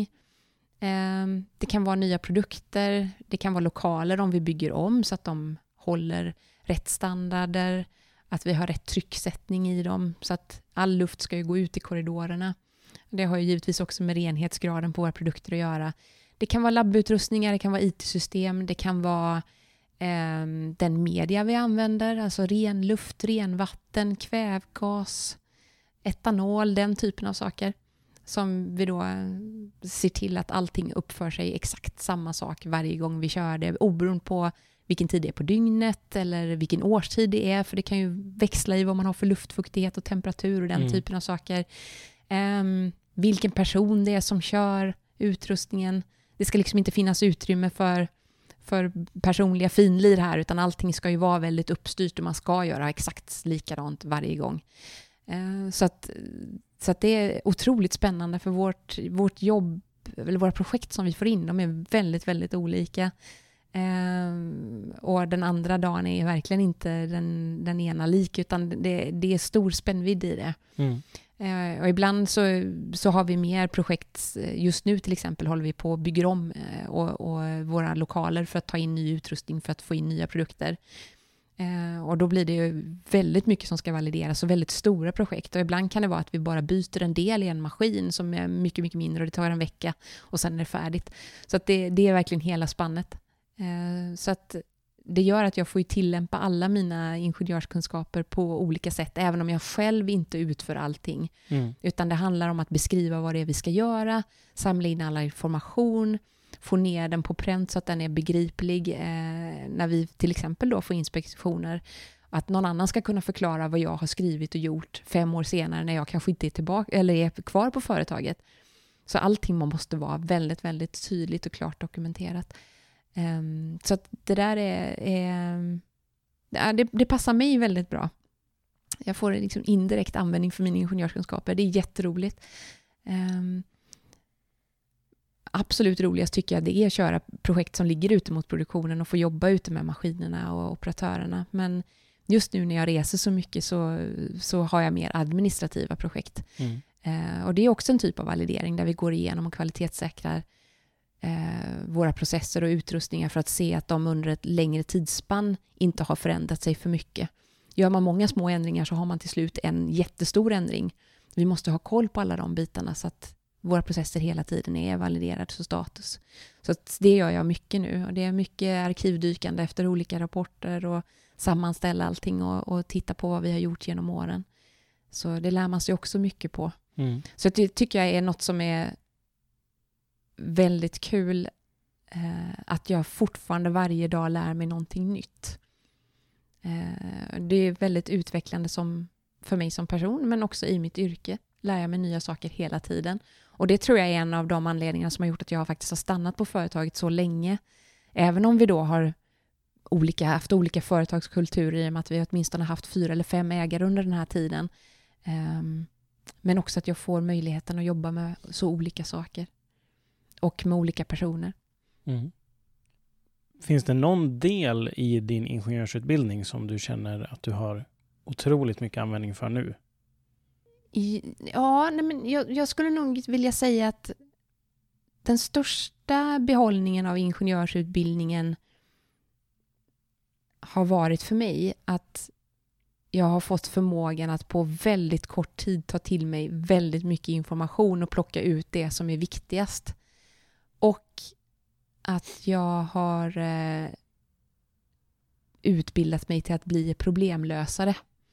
Eh, det kan vara nya produkter. Det kan vara lokaler om vi bygger om så att de håller rätt standarder. Att vi har rätt trycksättning i dem så att all luft ska ju gå ut i korridorerna. Det har ju givetvis också med renhetsgraden på våra produkter att göra. Det kan vara labbutrustningar, det kan vara I T-system, det kan vara eh, den media vi använder, alltså ren luft, ren vatten, kvävgas, etanol, den typen av saker. Som vi då ser till att allting uppför sig exakt samma sak varje gång vi kör det, oberoende på vilken tid det är på dygnet eller vilken årstid det är, för det kan ju växla i vad man har för luftfuktighet och temperatur och den mm. typen av saker. Um, vilken person det är som kör utrustningen. Det ska liksom inte finnas utrymme för, för personliga finlir här, utan allting ska ju vara väldigt uppstyrt och man ska göra exakt likadant varje gång. Uh, så att, så att det är otroligt spännande, för vårt, vårt jobb eller våra projekt som vi får in, de är väldigt, väldigt olika. Um, och den andra dagen är verkligen inte den, den ena lik, utan det, det är stor spännvidd i det. Mm. Uh, och ibland så, så har vi mer projekt. Just nu till exempel håller vi på att bygga om uh, och, och våra lokaler för att ta in ny utrustning för att få in nya produkter. Uh, och då blir det ju väldigt mycket som ska valideras och väldigt stora projekt. Och ibland kan det vara att vi bara byter en del i en maskin som är mycket, mycket mindre, och det tar en vecka och sen är det färdigt. Så att det, det är verkligen hela spannet. Uh, så att det gör att jag får ju tillämpa alla mina ingenjörskunskaper på olika sätt, även om jag själv inte utför allting. Mm. Utan det handlar om att beskriva vad det är vi ska göra, samla in alla information, få ner den på pränt så att den är begriplig eh, när vi till exempel då får inspektioner. Att någon annan ska kunna förklara vad jag har skrivit och gjort fem år senare när jag kanske inte är tillbaka eller är kvar på företaget. Så allting måste vara väldigt, väldigt tydligt och klart dokumenterat. Um, så att det där är, är det, det passar mig väldigt bra. Jag får liksom indirekt användning för mina ingenjörskunskaper. Det är jätteroligt. Um, absolut roligast tycker jag det är att köra projekt som ligger ute mot produktionen och få jobba ute med maskinerna och operatörerna. Men just nu när jag reser så mycket så, så har jag mer administrativa projekt. Mm. Uh, och det är också en typ av validering där vi går igenom och kvalitetssäkrar Eh, våra processer och utrustningar för att se att de under ett längre tidsspann inte har förändrat sig för mycket. Gör man många små ändringar så har man till slut en jättestor ändring. Vi måste ha koll på alla de bitarna så att våra processer hela tiden är validerade som status. Så att det gör jag mycket nu, och det är mycket arkivdykande efter olika rapporter och sammanställa allting och, och titta på vad vi har gjort genom åren. Så det lär man sig också mycket på. Mm. Så det tycker jag är något som är väldigt kul, eh, att jag fortfarande varje dag lär mig någonting nytt. Eh, det är väldigt utvecklande som, för mig som person, men också i mitt yrke lär jag mig nya saker hela tiden. Och det tror jag är en av de anledningarna som har gjort att jag faktiskt har stannat på företaget så länge. Även om vi då har olika, haft olika företagskulturer i och med att vi åtminstone haft fyra eller fem ägare under den här tiden. Eh, men också att jag får möjligheten att jobba med så olika saker. Och med olika personer. Mm. Finns det någon del i din ingenjörsutbildning som du känner att du har otroligt mycket användning för nu? I, ja, nej men jag, jag skulle nog vilja säga att den största behållningen av ingenjörsutbildningen har varit för mig att jag har fått förmågan att på väldigt kort tid ta till mig väldigt mycket information och plocka ut det som är viktigast. Och att jag har eh, utbildat mig till att bli problemlösare.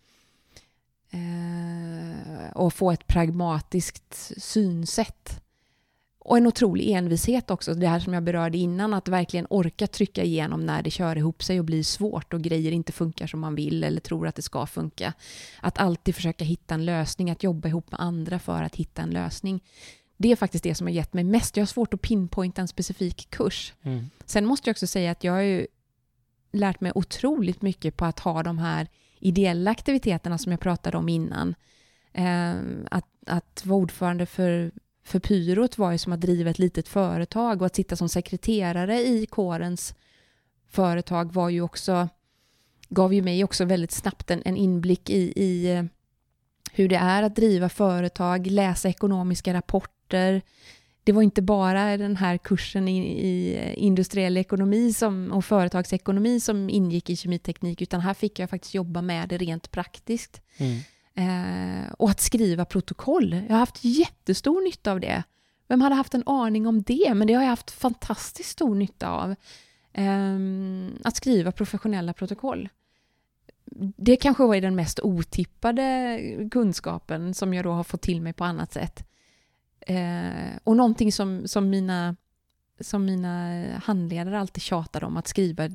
Eh, och få ett pragmatiskt synsätt. Och en otrolig envishet också. Det här som jag berörde innan. Att verkligen orka trycka igenom när det kör ihop sig och blir svårt. Och grejer inte funkar som man vill eller tror att det ska funka. Att alltid försöka hitta en lösning. Att jobba ihop med andra för att hitta en lösning. Det är faktiskt det som har gett mig mest. Jag har svårt att pinpointa en specifik kurs. Mm. Sen måste jag också säga att jag har ju lärt mig otroligt mycket på att ha de här ideella aktiviteterna som jag pratade om innan. Eh, att, att vara ordförande för, för Pyrot var ju som att driva ett litet företag, och att sitta som sekreterare i kårens företag var ju också, gav ju mig också väldigt snabbt en, en inblick i, i hur det är att driva företag, läsa ekonomiska rapporter. Det var inte bara den här kursen i, i industriell ekonomi som, och företagsekonomi som ingick i kemiteknik, utan här fick jag faktiskt jobba med det rent praktiskt. Mm. Eh, och att skriva protokoll. Jag har haft jättestor nytta av det. Vem hade haft en aning om det? Men det har jag haft fantastiskt stor nytta av. Eh, att skriva professionella protokoll. Det kanske var den mest otippade kunskapen som jag då har fått till mig på annat sätt. Eh, och någonting som, som, mina, som mina handledare alltid tjatade om, att skriva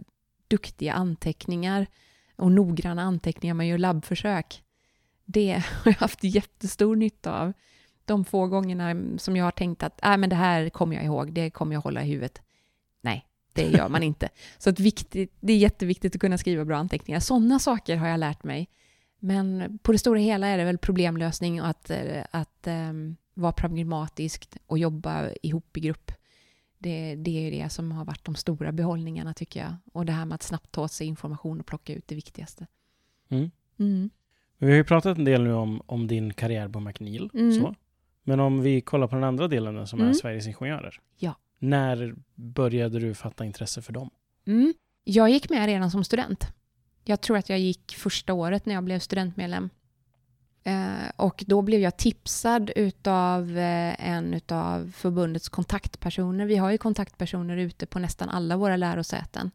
duktiga anteckningar och noggranna anteckningar man gör labbförsök. Det har jag haft jättestor nytta av. De få gångerna som jag har tänkt att äh, men det här kommer jag ihåg, det kommer jag hålla i huvudet. Nej, det gör man inte. Så att viktigt, det är jätteviktigt att kunna skriva bra anteckningar. Sådana saker har jag lärt mig. Men på det stora hela är det väl problemlösning och att, att um, vara pragmatisk och jobba ihop i grupp. Det, det är det som har varit de stora behållningarna tycker jag. Och det här med att snabbt ta sig information och plocka ut det viktigaste. Mm. Mm. Vi har ju pratat en del nu om, om din karriär på McNeil. Mm. Så. Men om vi kollar på den andra delen som Mm. är Sveriges Ingenjörer. Ja. När började du fatta intresse för dem? Mm. Jag gick med redan som student. Jag tror att jag gick första året när jag blev studentmedlem. Eh, och då blev jag tipsad utav eh, en utav förbundets kontaktpersoner. Vi har ju kontaktpersoner ute på nästan alla våra lärosäten.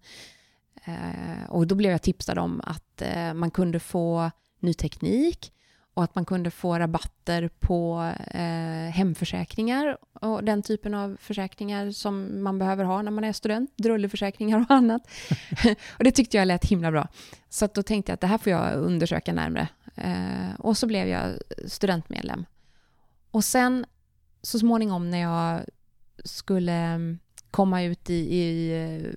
Eh, och då blev jag tipsad om att eh, man kunde få ny teknik och att man kunde få rabatter på eh, hemförsäkringar och den typen av försäkringar som man behöver ha när man är student, drulleförsäkringar och annat. Och det tyckte jag lät himla bra. Så att då tänkte jag att det här får jag undersöka närmare. Eh, och så blev jag studentmedlem. Och sen så småningom när jag skulle komma ut i, i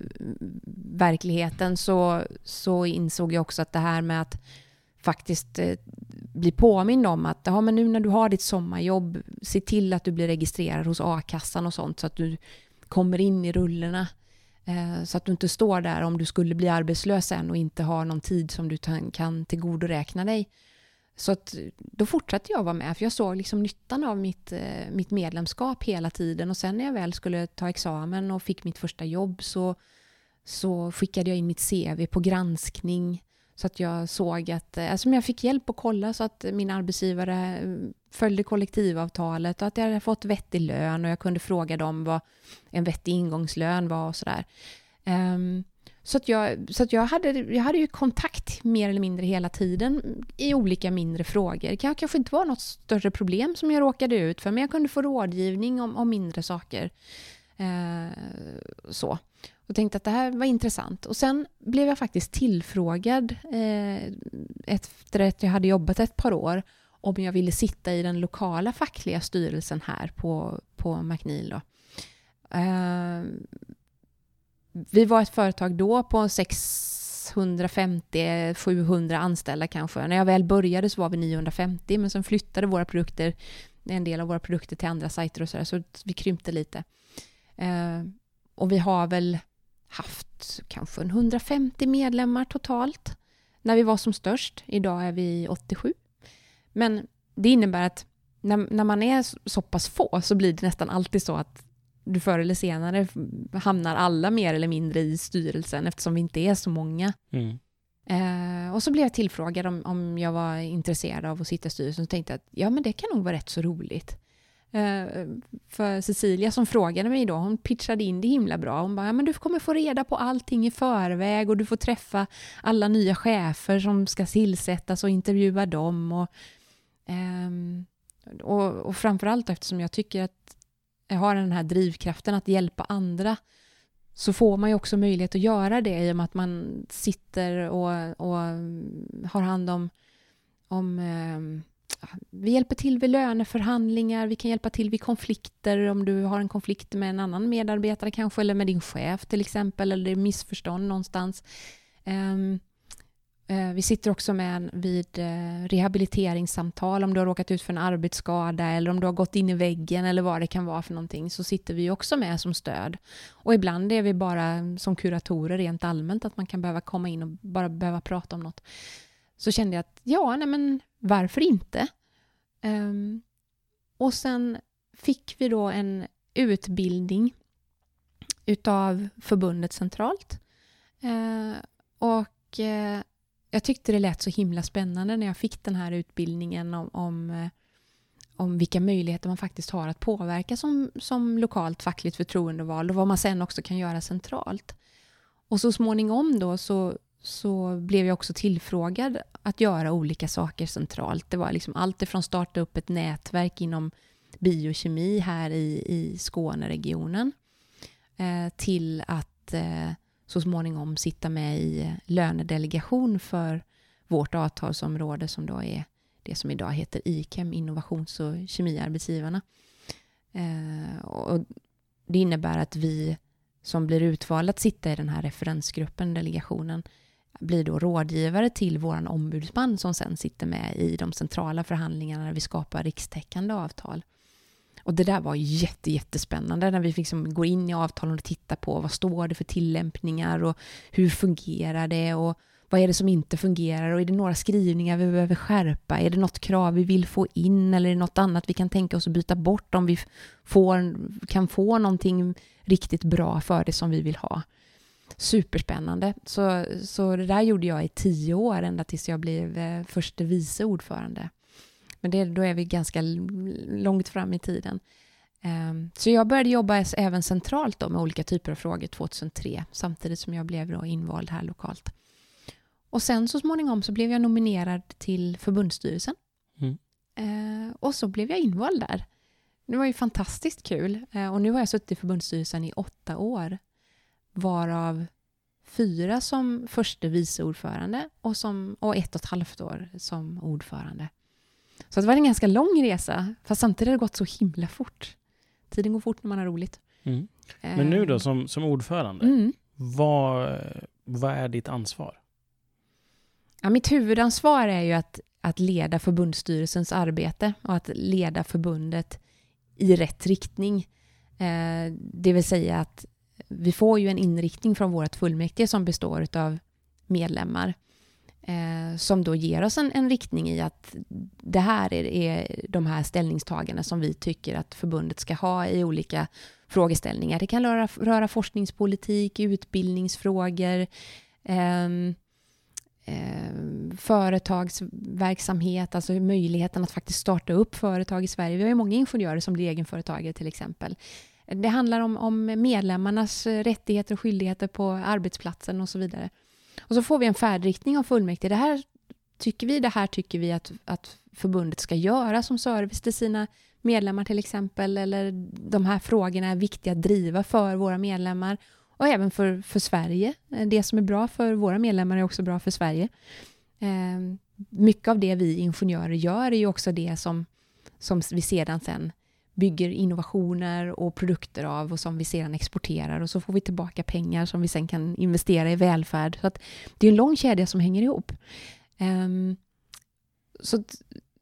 verkligheten så, så insåg jag också att det här med att faktiskt eh, bli påmind om att ja, men nu när du har ditt sommarjobb, se till att du blir registrerad hos A-kassan och sånt så att du kommer in i rullorna. Eh, så att du inte står där om du skulle bli arbetslös sen och inte har någon tid som du t- kan tillgodoräkna dig. Så att då fortsatte jag vara med för jag såg liksom nyttan av mitt, eh, mitt medlemskap hela tiden. Och sen när jag väl skulle ta examen och fick mitt första jobb så, så skickade jag in mitt C V på granskning. Så att jag såg att alltså jag fick hjälp att kolla så att min arbetsgivare följde kollektivavtalet och att jag hade fått vettig lön och jag kunde fråga dem vad en vettig ingångslön var och sådär. Um, så att, jag, så att jag, hade, jag hade ju kontakt mer eller mindre hela tiden i olika mindre frågor. Det kanske inte var något större problem som jag råkade ut för men jag kunde få rådgivning om, om mindre saker. Uh, så. Och tänkte att det här var intressant. Och sen blev jag faktiskt tillfrågad eh, efter att jag hade jobbat ett par år om jag ville sitta i den lokala fackliga styrelsen här på, på McNeil. Då. Eh, vi var ett företag då på sexhundrafemtio till sjuhundra anställda kanske. När jag väl började så var vi niohundrafemtio men sen flyttade våra produkter, en del av våra produkter till andra sajter och så där, så vi krympte lite. Eh, och vi har väl haft kanske hundrafemtio medlemmar totalt när vi var som störst. Idag är vi åttiosju. Men det innebär att när, när man är så pass få så blir det nästan alltid så att du förr eller senare hamnar alla mer eller mindre i styrelsen eftersom vi inte är så många. Mm. Eh, och så blev jag tillfrågad om, om jag var intresserad av att sitta i styrelsen och tänkte att ja men det kan nog vara rätt så roligt. För Cecilia som frågade mig då, hon pitchade in det himla bra. Hon bara, ja, men du kommer få reda på allting i förväg och du får träffa alla nya chefer som ska tillsättas och intervjua dem. Och, um, och, och framförallt eftersom jag tycker att jag har den här drivkraften att hjälpa andra så får man ju också möjlighet att göra det i och med att man sitter och, och har hand om, om um, vi hjälper till vid löneförhandlingar, vi kan hjälpa till vid konflikter om du har en konflikt med en annan medarbetare kanske eller med din chef till exempel eller det är missförstånd någonstans. Um, uh, vi sitter också med vid uh, rehabiliteringssamtal om du har råkat ut för en arbetsskada eller om du har gått in i väggen eller vad det kan vara för någonting så sitter vi också med som stöd. Och ibland är vi bara som kuratorer rent allmänt att man kan behöva komma in och bara behöva prata om något. Så kände jag att ja, nej men varför inte? Um, och sen fick vi då en utbildning utav förbundet centralt. Uh, och uh, jag tyckte det lät så himla spännande när jag fick den här utbildningen om, om, uh, om vilka möjligheter man faktiskt har att påverka som, som lokalt fackligt förtroendevald och vad man sen också kan göra centralt. Och så småningom då så så blev jag också tillfrågad att göra olika saker centralt. Det var liksom allt ifrån starta upp ett nätverk inom biokemi här i, i Skåneregionen eh, till att eh, så småningom sitta med i lönedelegation för vårt avtalsområde som då är det som idag heter I K E M, Innovations- och kemiarbetsgivarna. Eh, och det innebär att vi som blir utvalda att sitta i den här referensgruppen, delegationen, blir då rådgivare till våran ombudsman som sen sitter med i de centrala förhandlingarna när vi skapar rikstäckande avtal. Och det där var jätte, jättespännande när vi liksom går in i avtalen och tittar på vad står det för tillämpningar och hur fungerar det och vad är det som inte fungerar och är det några skrivningar vi behöver skärpa? Är det något krav vi vill få in eller är det något annat vi kan tänka oss att byta bort om vi får, kan få någonting riktigt bra för det som vi vill ha? Superspännande. Så, så det där gjorde jag i tio år ända tills jag blev eh, förste vice ordförande. Men det, då är vi ganska långt fram i tiden. Um, så jag började jobba även centralt då med olika typer av frågor tjugohundratre samtidigt som jag blev då invald här lokalt. Och sen så småningom så blev jag nominerad till förbundsstyrelsen. Mm. Uh, och så blev jag invald där. Det var ju fantastiskt kul. Uh, och nu har jag suttit i förbundsstyrelsen i åtta år. Varav fyra som förste vice ordförande och, som, och ett och ett halvt år som ordförande. Så det var en ganska lång resa, fast samtidigt har det gått så himla fort. Tiden går fort när man har roligt. Mm. Men nu då som, som ordförande, mm. vad, vad är ditt ansvar? Ja, mitt huvudansvar är ju att, att leda förbundsstyrelsens arbete och att leda förbundet i rätt riktning. Eh, det vill säga att vi får ju en inriktning från vårt fullmäktige som består av medlemmar. Eh, som då ger oss en, en riktning i att det här är, är de här ställningstagandena som vi tycker att förbundet ska ha i olika frågeställningar. Det kan röra, röra forskningspolitik, utbildningsfrågor, eh, eh, företagsverksamhet, alltså möjligheten att faktiskt starta upp företag i Sverige. Vi har ju många ingenjörer som blir egenföretagare till exempel. Det handlar om, om medlemmarnas rättigheter och skyldigheter på arbetsplatsen och så vidare. Och så får vi en färdriktning av fullmäktige. Det här tycker vi, det här tycker vi att, att förbundet ska göra som service till sina medlemmar till exempel. Eller de här frågorna är viktiga att driva för våra medlemmar. Och även för, för Sverige. Det som är bra för våra medlemmar är också bra för Sverige. Eh, mycket av det vi ingenjörer gör är ju också det som, som vi sedan sen bygger innovationer och produkter av och som vi sedan exporterar och så får vi tillbaka pengar som vi sen kan investera i välfärd. Så att det är en lång kedja som hänger ihop. Um, så att,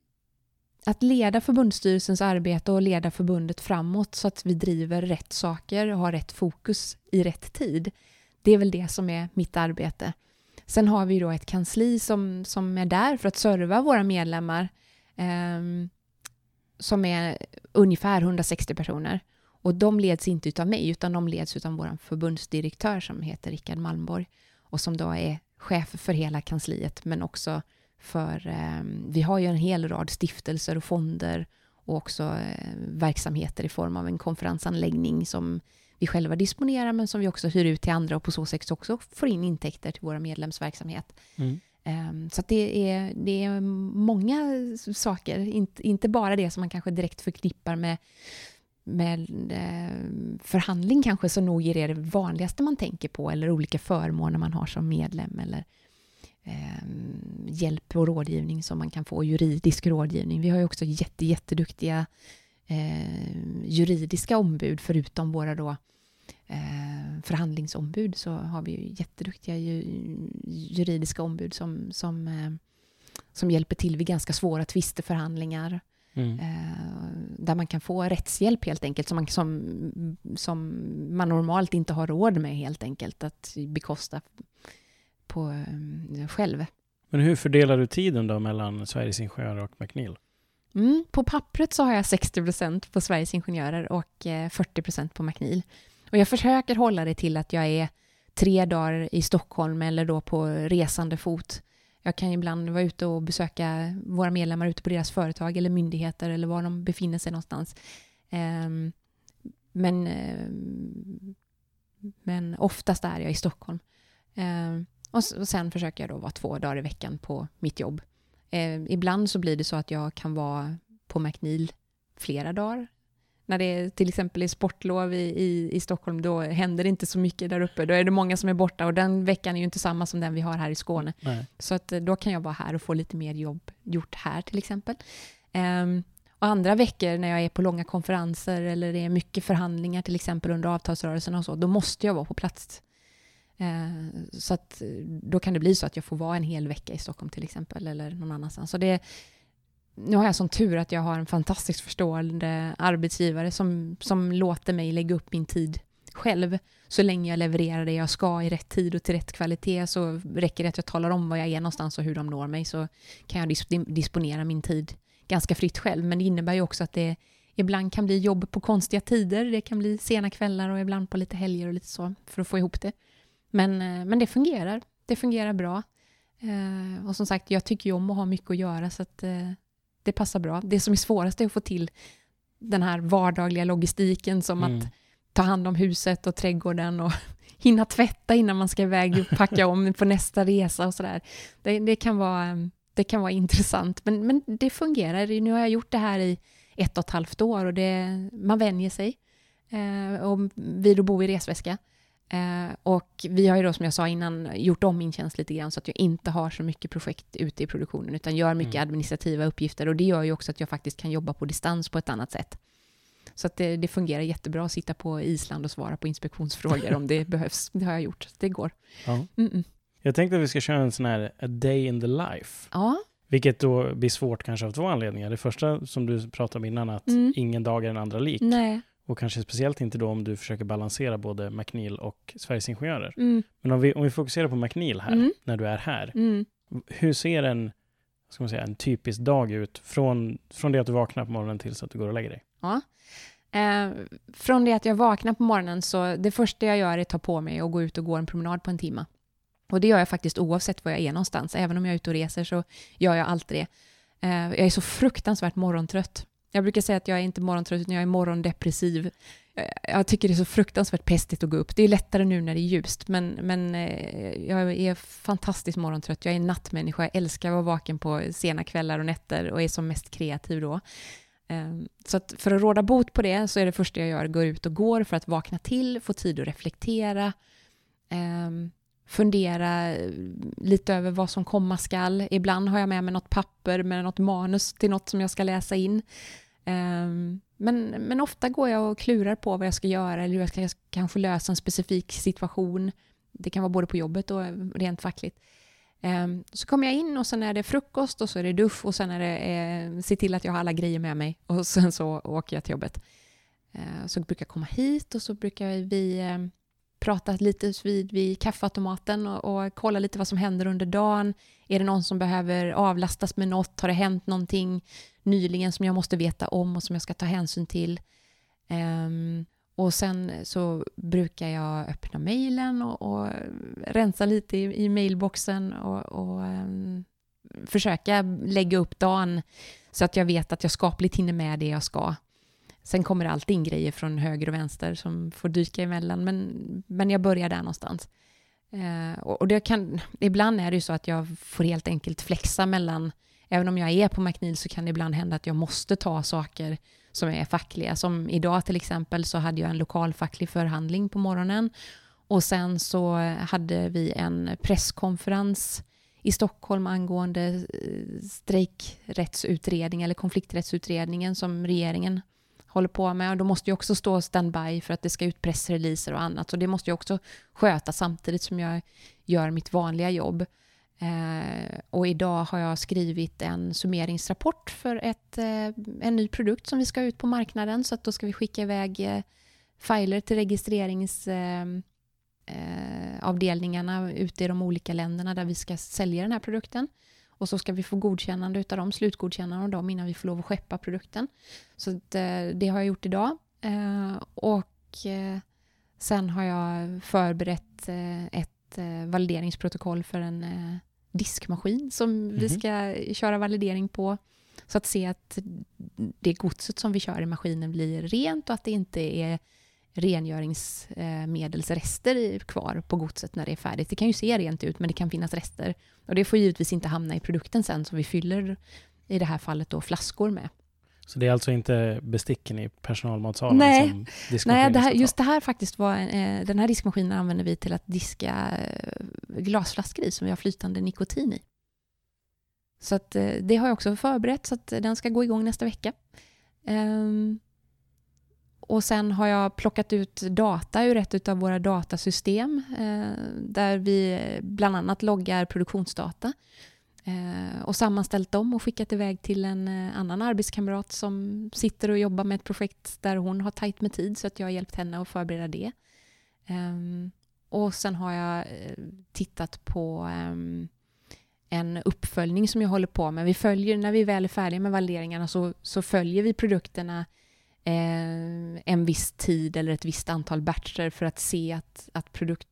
att leda förbundsstyrelsens arbete och leda förbundet framåt så att vi driver rätt saker och har rätt fokus i rätt tid. Det är väl det som är mitt arbete. Sen har vi då ett kansli som, som är där för att serva våra medlemmar. Um, som är ungefär hundrasextio personer. Och de leds inte utav mig utan de leds utav vår förbundsdirektör som heter Rickard Malmborg. Och som då är chef för hela kansliet men också för, eh, vi har ju en hel rad stiftelser och fonder och också eh, verksamheter i form av en konferensanläggning som vi själva disponerar men som vi också hyr ut till andra och på så sätt också får in intäkter till våra medlemsverksamhet. Mm. Så att det, är, det är många saker, inte, inte bara det som man kanske direkt förknippar med, med förhandling kanske som nog är det vanligaste man tänker på eller olika förmåner man har som medlem eller eh, hjälp och rådgivning som man kan få, juridisk rådgivning. Vi har ju också jätte, jätteduktiga eh, juridiska ombud förutom våra då Eh, förhandlingsombud så har vi ju jätteduktiga ju, juridiska ombud som, som, eh, som hjälper till vid ganska svåra tvisteförhandlingar mm. eh, där man kan få rättshjälp helt enkelt som man, som, som man normalt inte har råd med helt enkelt att bekosta på eh, själv. Men hur fördelar du tiden då mellan Sveriges Ingenjörer och McNeil? Mm, på pappret så har jag sextio procent på Sveriges Ingenjörer och eh, fyrtio procent på McNeil. Och jag försöker hålla det till att jag är tre dagar i Stockholm eller då på resande fot. Jag kan ibland vara ute och besöka våra medlemmar ute på deras företag eller myndigheter eller var de befinner sig någonstans. Um, men, um, men oftast är jag i Stockholm. Um, och, och sen försöker jag då vara två dagar i veckan på mitt jobb. Um, ibland så blir det så att jag kan vara på McNeil flera dagar. När det till exempel är sportlov i, i, i Stockholm, då händer det inte så mycket där uppe. Då är det många som är borta och den veckan är ju inte samma som den vi har här i Skåne. Nej. Så att då kan jag vara här och få lite mer jobb gjort här till exempel. Um, och andra veckor när jag är på långa konferenser eller det är mycket förhandlingar till exempel under avtalsrörelsen och så, då måste jag vara på plats. Uh, så att då kan det bli så att jag får vara en hel vecka i Stockholm till exempel eller någon annanstans. Så det Nu har jag sån tur att jag har en fantastiskt förstående arbetsgivare som, som låter mig lägga upp min tid själv. Så länge jag levererar det jag ska i rätt tid och till rätt kvalitet, så räcker det att jag talar om var jag är någonstans och hur de når mig, så kan jag dis- disponera min tid ganska fritt själv. Men det innebär ju också att det ibland kan bli jobb på konstiga tider. Det kan bli sena kvällar och ibland på lite helger och lite så för att få ihop det. Men, men det fungerar. Det fungerar bra. Eh, och som sagt, jag tycker ju om att ha mycket att göra, så att eh, det passar bra. Det som är svårast är att få till den här vardagliga logistiken, som mm. att ta hand om huset och trädgården och hinna tvätta innan man ska iväg och packa om på nästa resa och sådär. Det, det, kan vara, det kan vara intressant, men, men det fungerar. Nu har jag gjort det här i ett och ett halvt år och det, man vänjer sig. Eh, och vi då bor i resväska. Eh, och vi har ju då, som jag sa innan, gjort om min tjänst lite grann så att jag inte har så mycket projekt ute i produktionen utan gör mycket mm. administrativa uppgifter, och det gör ju också att jag faktiskt kan jobba på distans på ett annat sätt. Så att det, det fungerar jättebra att sitta på Island och svara på inspektionsfrågor om det behövs. Det har jag gjort, det går. Ja. Jag tänkte att vi ska köra en sån här a day in the life. Ja. Vilket då blir svårt kanske av två anledningar. Det första som du pratade om innan, att mm. ingen dag är den andra lik. Nej. Och kanske speciellt inte då om du försöker balansera både McNeil och Sveriges Ingenjörer. Mm. Men om vi, om vi fokuserar på McNeil här, mm. när du är här. Mm. Hur ser en, ska man säga, en typisk dag ut från, från det att du vaknar på morgonen tills att du går och lägger dig? Ja. Eh, från det att jag vaknar på morgonen, så det första jag gör är att ta på mig och gå ut och gå en promenad på en timme. Och det gör jag faktiskt oavsett var jag är någonstans. Även om jag är ute och reser så gör jag alltid det. Eh, jag är så fruktansvärt morgontrött. Jag brukar säga att jag är inte morgontrött utan jag är morgondepressiv. Jag tycker det är så fruktansvärt pestigt att gå upp. Det är lättare nu när det är ljust. Men, men jag är fantastiskt morgontrött. Jag är en nattmänniska. Jag älskar att vara vaken på sena kvällar och nätter och är som mest kreativ då. Så att för att råda bot på det så är det första jag gör, går ut och går för att vakna till, få tid att reflektera. Fundera lite över vad som komma skall. Ibland har jag med mig något papper med något manus till något som jag ska läsa in. Um, men, men ofta går jag och klurar på vad jag ska göra, eller hur jag ska kanske lösa en specifik situation. Det kan vara både på jobbet och rent fackligt. Um, så kommer jag in och sen är det frukost och så är det dusch och sen är det eh, se till att jag har alla grejer med mig och sen så åker jag till jobbet. Uh, så brukar jag komma hit och så brukar vi eh, prata lite vid, vid kaffeautomaten och, och kolla lite vad som händer under dagen. Är det någon som behöver avlastas med något? Har det hänt någonting nyligen som jag måste veta om och som jag ska ta hänsyn till? Um, och sen så brukar jag öppna mejlen och, och rensa lite i, i mejlboxen och, och um, försöka lägga upp dagen så att jag vet att jag skapligt hinner med det jag ska. Sen kommer det alltid in grejer från höger och vänster som får dyka emellan, men, men jag börjar där någonstans. Eh, och och det kan, ibland är det ju så att jag får helt enkelt flexa mellan, även om jag är på McNeil så kan det ibland hända att jag måste ta saker som är fackliga. Som idag till exempel så hade jag en lokal facklig förhandling på morgonen och sen så hade vi en presskonferens i Stockholm angående strejkrättsutredning eller konflikträttsutredningen som regeringen håller på med, och då måste jag också stå standby för att det ska ut pressreleaser och annat, så det måste jag också sköta samtidigt som jag gör mitt vanliga jobb. Eh, och idag har jag skrivit en summeringsrapport för ett, eh, en ny produkt som vi ska ut på marknaden, så att då ska vi skicka iväg eh, filer till registreringsavdelningarna eh, eh, ute i de olika länderna där vi ska sälja den här produkten. Och så ska vi få godkännande utav dem, slutgodkännande av dem innan vi får lov att skeppa produkten. Så det, det har jag gjort idag. Eh, och eh, sen har jag förberett eh, ett eh, valideringsprotokoll för en eh, diskmaskin som mm-hmm. vi ska köra validering på. Så att se att det godset som vi kör i maskinen blir rent och att det inte är rengöringsmedelsrester kvar på godset när det är färdigt. Det kan ju se rent ut, men det kan finnas rester. Och det får givetvis inte hamna i produkten sen som vi fyller i det här fallet då flaskor med. Så det är alltså inte besticken i personalmatsalen Nej. som diskmaskinen Nej, det här, ska ta? just det här faktiskt var, eh, den här diskmaskinen använder vi till att diska eh, glasflaskor i som vi har flytande nikotin i. Så att, eh, det har jag också förberett så att den ska gå igång nästa vecka. Um, och sen har jag plockat ut data ur ett av våra datasystem eh, där vi bland annat loggar produktionsdata. Eh, och sammanställt dem och skickat iväg till en eh, annan arbetskamrat som sitter och jobbar med ett projekt där hon har tajt med tid så att jag har hjälpt henne att förbereda det. Eh, och sen har jag eh, tittat på eh, en uppföljning som jag håller på med. Vi följer, när vi väl är färdiga med valideringarna så, så följer vi produkterna eh, en viss tid eller ett visst antal batcher för att se att, att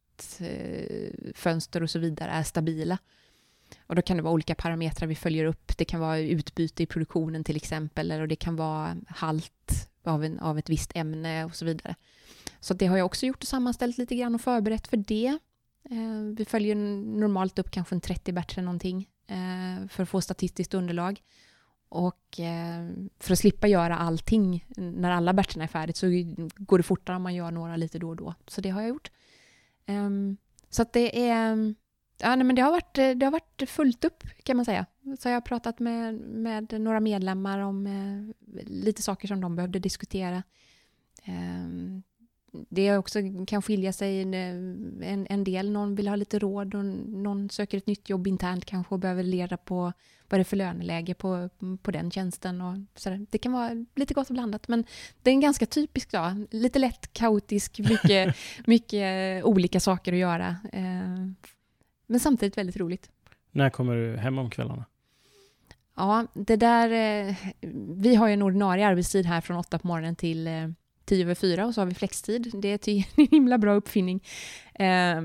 produktfönster eh, och så vidare är stabila. Och då kan det vara olika parametrar vi följer upp. Det kan vara utbyte i produktionen till exempel. Eller det kan vara halt av, en, av ett visst ämne och så vidare. Så det har jag också gjort och sammanställt lite grann och förberett för det. Eh, vi följer normalt upp kanske en trettio batcher någonting. Eh, för att få statistiskt underlag. Och eh, för att slippa göra allting när alla batcherna är färdigt så går det fortare om man gör några lite då och då. Så det har jag gjort. Eh, så att det är... Ja, nej, men det har varit, det har varit fullt upp kan man säga. Så jag har pratat med, med några medlemmar om eh, lite saker som de behövde diskutera. Eh, det också kan skilja sig en, en del. Någon vill ha lite råd och någon söker ett nytt jobb internt kanske och behöver leda på vad det är för löneläge på, på den tjänsten. Och så där. Det kan vara lite gott och blandat men det är en ganska typisk dag. Lite lätt kaotisk, mycket, mycket olika saker att göra. Eh, Men samtidigt väldigt roligt. När kommer du hem om kvällarna? Ja, det där... Eh, vi har ju en ordinarie arbetstid här från åtta på morgonen till eh, tio över fyra och så har vi flextid. Det är ty- en himla bra uppfinning. Eh,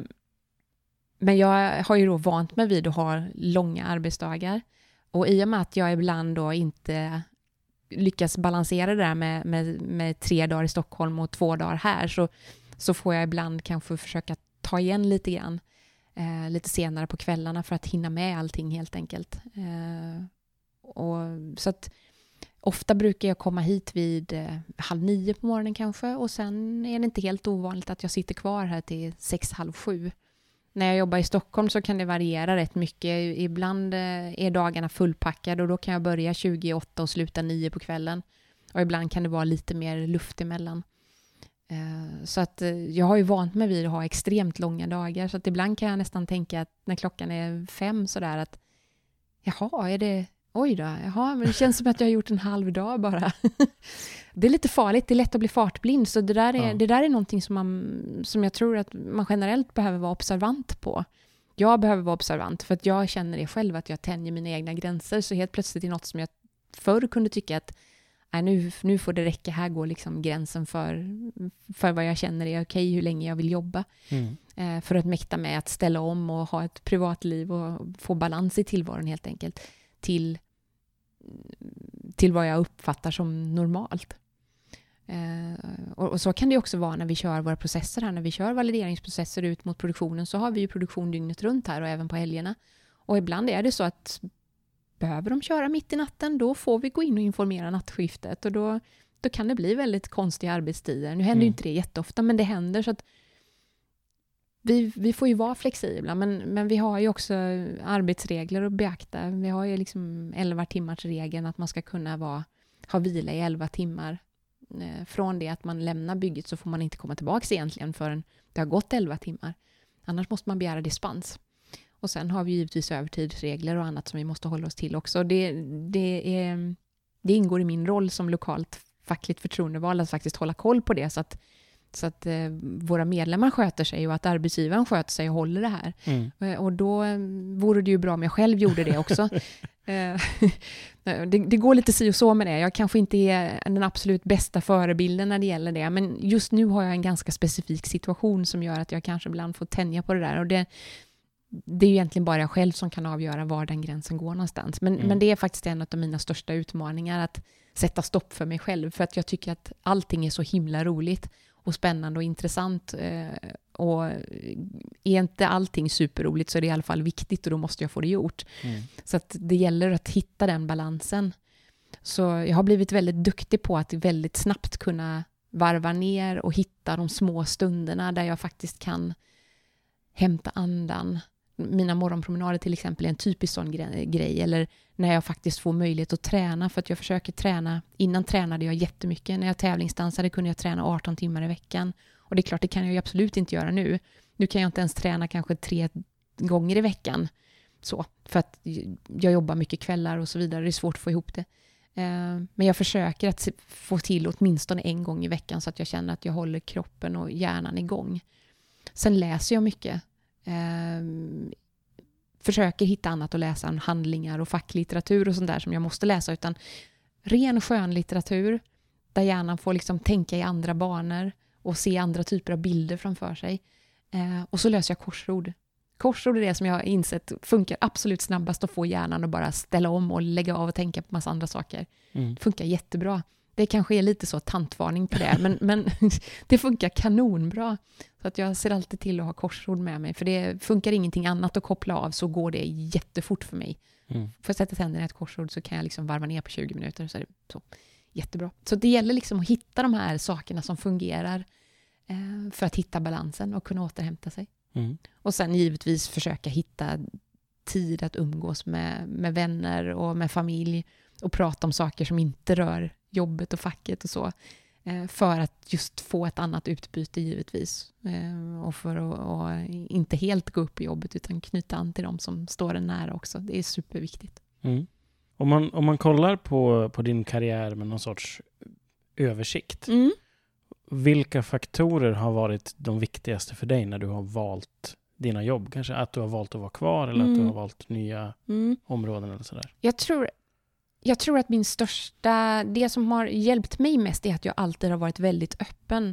men jag har ju då vant mig vid att ha långa arbetsdagar. Och i och med att jag ibland då inte lyckas balansera det där med, med, med tre dagar i Stockholm och två dagar här så, så får jag ibland kanske försöka ta igen lite grann. Eh, lite senare på kvällarna för att hinna med allting helt enkelt. Eh, och, så att ofta brukar jag komma hit vid eh, halv nio på morgonen kanske och sen är det inte helt ovanligt att jag sitter kvar här till sex, halv sju. När jag jobbar i Stockholm så kan det variera rätt mycket. Ibland eh, är dagarna fullpackade och då kan jag börja tjugoåtta och sluta nio på kvällen. Och ibland kan det vara lite mer luft emellan. Så att jag har ju vant mig vid att ha extremt långa dagar så att ibland kan jag nästan tänka att när klockan är fem sådär att jaha, är det, oj då, jaha, men det känns som att jag har gjort en halv dag bara. Det är lite farligt, det är lätt att bli fartblind så det där är, ja. det där är någonting som, man, som jag tror att man generellt behöver vara observant på. Jag behöver vara observant för att jag känner det själv att jag tänjer mina egna gränser så helt plötsligt är något som jag förr kunde tycka att Nej, nu, nu får det räcka, här går liksom gränsen för, för vad jag känner är okej, hur länge jag vill jobba. Mm. Eh, för att mäkta med att ställa om och ha ett privatliv och få balans i tillvaron helt enkelt till, till vad jag uppfattar som normalt. Eh, och, och så kan det också vara när vi kör våra processer här, när vi kör valideringsprocesser ut mot produktionen så har vi ju produktion dygnet runt här och även på helgerna. Och ibland är det så att behöver de köra mitt i natten, då får vi gå in och informera nattskiftet. Och då, då kan det bli väldigt konstiga arbetstider. Nu händer mm. ju inte det jätteofta, men det händer. Så att vi, vi får ju vara flexibla, men, men vi har ju också arbetsregler att beakta. Vi har ju liksom elva timmars regeln att man ska kunna vara, ha vila i elva timmar. Eh, från det att man lämnar bygget så får man inte komma tillbaka egentligen förrän det har gått elva timmar. Annars måste man begära dispens. Och sen har vi givetvis övertidsregler och annat som vi måste hålla oss till också. Det, det, är, det ingår i min roll som lokalt fackligt förtroendevald att faktiskt hålla koll på det så att, så att eh, våra medlemmar sköter sig och att arbetsgivaren sköter sig och håller det här. Mm. Och då vore det ju bra om jag själv gjorde det också. det, det går lite si och så med det. Jag kanske inte är den absolut bästa förebilden när det gäller det. Men just nu har jag en ganska specifik situation som gör att jag kanske ibland får tänja på det där. Och det Det är egentligen bara jag själv som kan avgöra var den gränsen går någonstans. Men, mm. men det är faktiskt en av mina största utmaningar att sätta stopp för mig själv. För att jag tycker att allting är så himla roligt och spännande och intressant. Och är inte allting superroligt så är det i alla fall viktigt och då måste jag få det gjort. Mm. Så att det gäller att hitta den balansen. Så jag har blivit väldigt duktig på att väldigt snabbt kunna varva ner och hitta de små stunderna där jag faktiskt kan hämta andan. Mina morgonpromenader till exempel är en typisk sån grej. Eller när jag faktiskt får möjlighet att träna. För att jag försöker träna. Innan tränade jag jättemycket. När jag tävlingsdansade kunde jag träna arton timmar i veckan. Och det är klart, det kan jag ju absolut inte göra nu. Nu kan jag inte ens träna kanske tre gånger i veckan. Så, för att jag jobbar mycket kvällar och så vidare. Det är svårt att få ihop det. Men jag försöker att få till åtminstone en gång i veckan. Så att jag känner att jag håller kroppen och hjärnan igång. Sen läser jag mycket. Um, försöker hitta annat att läsa än handlingar och facklitteratur och sånt där som jag måste läsa, utan ren skönlitteratur där hjärnan får liksom tänka i andra banor och se andra typer av bilder framför sig. Uh, och så läser jag korsord. Korsord är det som jag har insett funkar absolut snabbast att få hjärnan att bara ställa om och lägga av och tänka på massa andra saker. Mm. Funkar jättebra. Det kanske är lite så tantvarning på det, men, men det funkar kanonbra. Så att jag ser alltid till att ha korsord med mig. För det funkar ingenting annat att koppla av, så går det jättefort för mig. Mm. Får jag sätta tänderna i ett korsord så kan jag liksom varva ner på tjugo minuter. Så är det så jättebra. Så det gäller liksom att hitta de här sakerna som fungerar eh, för att hitta balansen och kunna återhämta sig. Mm. Och sen givetvis försöka hitta tid att umgås med, med vänner och med familj och prata om saker som inte rör jobbet och facket och så. Eh, för att just få ett annat utbyte givetvis. Eh, och för att och inte helt gå upp i jobbet utan knyta an till dem som står en nära också. Det är superviktigt. Mm. Om, man, om man kollar på, på din karriär med någon sorts översikt. Mm. Vilka faktorer har varit de viktigaste för dig när du har valt dina jobb? Kanske att du har valt att vara kvar eller mm. att du har valt nya mm. områden eller sådär. Jag tror... Jag tror att min största, det som har hjälpt mig mest är att jag alltid har varit väldigt öppen.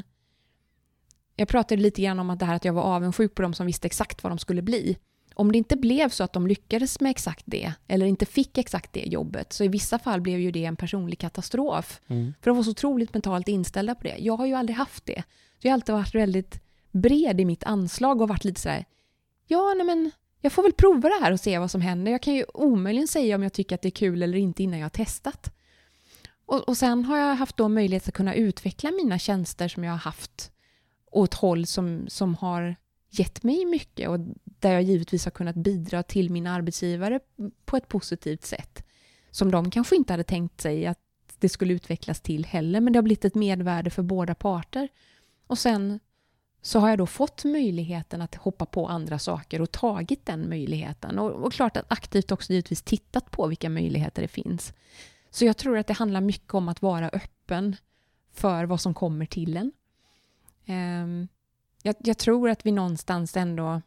Jag pratade lite grann om att det här att jag var avundsjuk på dem som visste exakt vad de skulle bli. Om det inte blev så att de lyckades med exakt det, eller inte fick exakt det jobbet, så i vissa fall blev ju det en personlig katastrof. Mm. För de var så otroligt mentalt inställda på det. Jag har ju aldrig haft det. Så jag har alltid varit väldigt bred i mitt anslag och varit lite så här, ja nej men... Jag får väl prova det här och se vad som händer. Jag kan ju omöjligen säga om jag tycker att det är kul eller inte innan jag har testat. Och, och sen har jag haft då möjlighet att kunna utveckla mina tjänster som jag har haft åt håll som, som har gett mig mycket. Och där jag givetvis har kunnat bidra till min arbetsgivare på ett positivt sätt. Som de kanske inte hade tänkt sig att det skulle utvecklas till heller. Men det har blivit ett medvärde för båda parter. Och sen... så har jag då fått möjligheten att hoppa på andra saker och tagit den möjligheten. Och, och klart att aktivt också givetvis tittat på vilka möjligheter det finns. Så jag tror att det handlar mycket om att vara öppen för vad som kommer till en. Um, jag, jag tror att vi någonstans ändå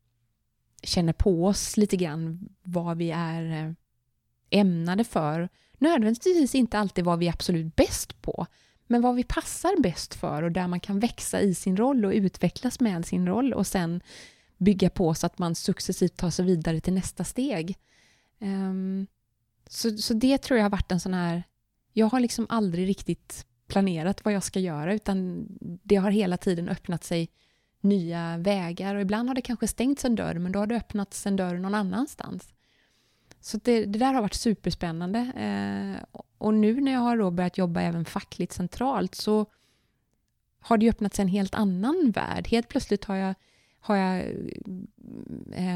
känner på oss lite grann vad vi är ämnade för. Nödvändigtvis inte alltid vad vi är absolut bäst på. Men vad vi passar bäst för och där man kan växa i sin roll och utvecklas med sin roll och sen bygga på så att man successivt tar sig vidare till nästa steg. Um, så, så det tror jag har varit en sån här... Jag har liksom aldrig riktigt planerat vad jag ska göra utan det har hela tiden öppnat sig nya vägar och ibland har det kanske stängts en dörr men då har det öppnats en dörr någon annanstans. Så det, det där har varit superspännande. Eh, och nu när jag har då börjat jobba även fackligt centralt så har det öppnats en helt annan värld. Helt plötsligt har jag, har jag eh,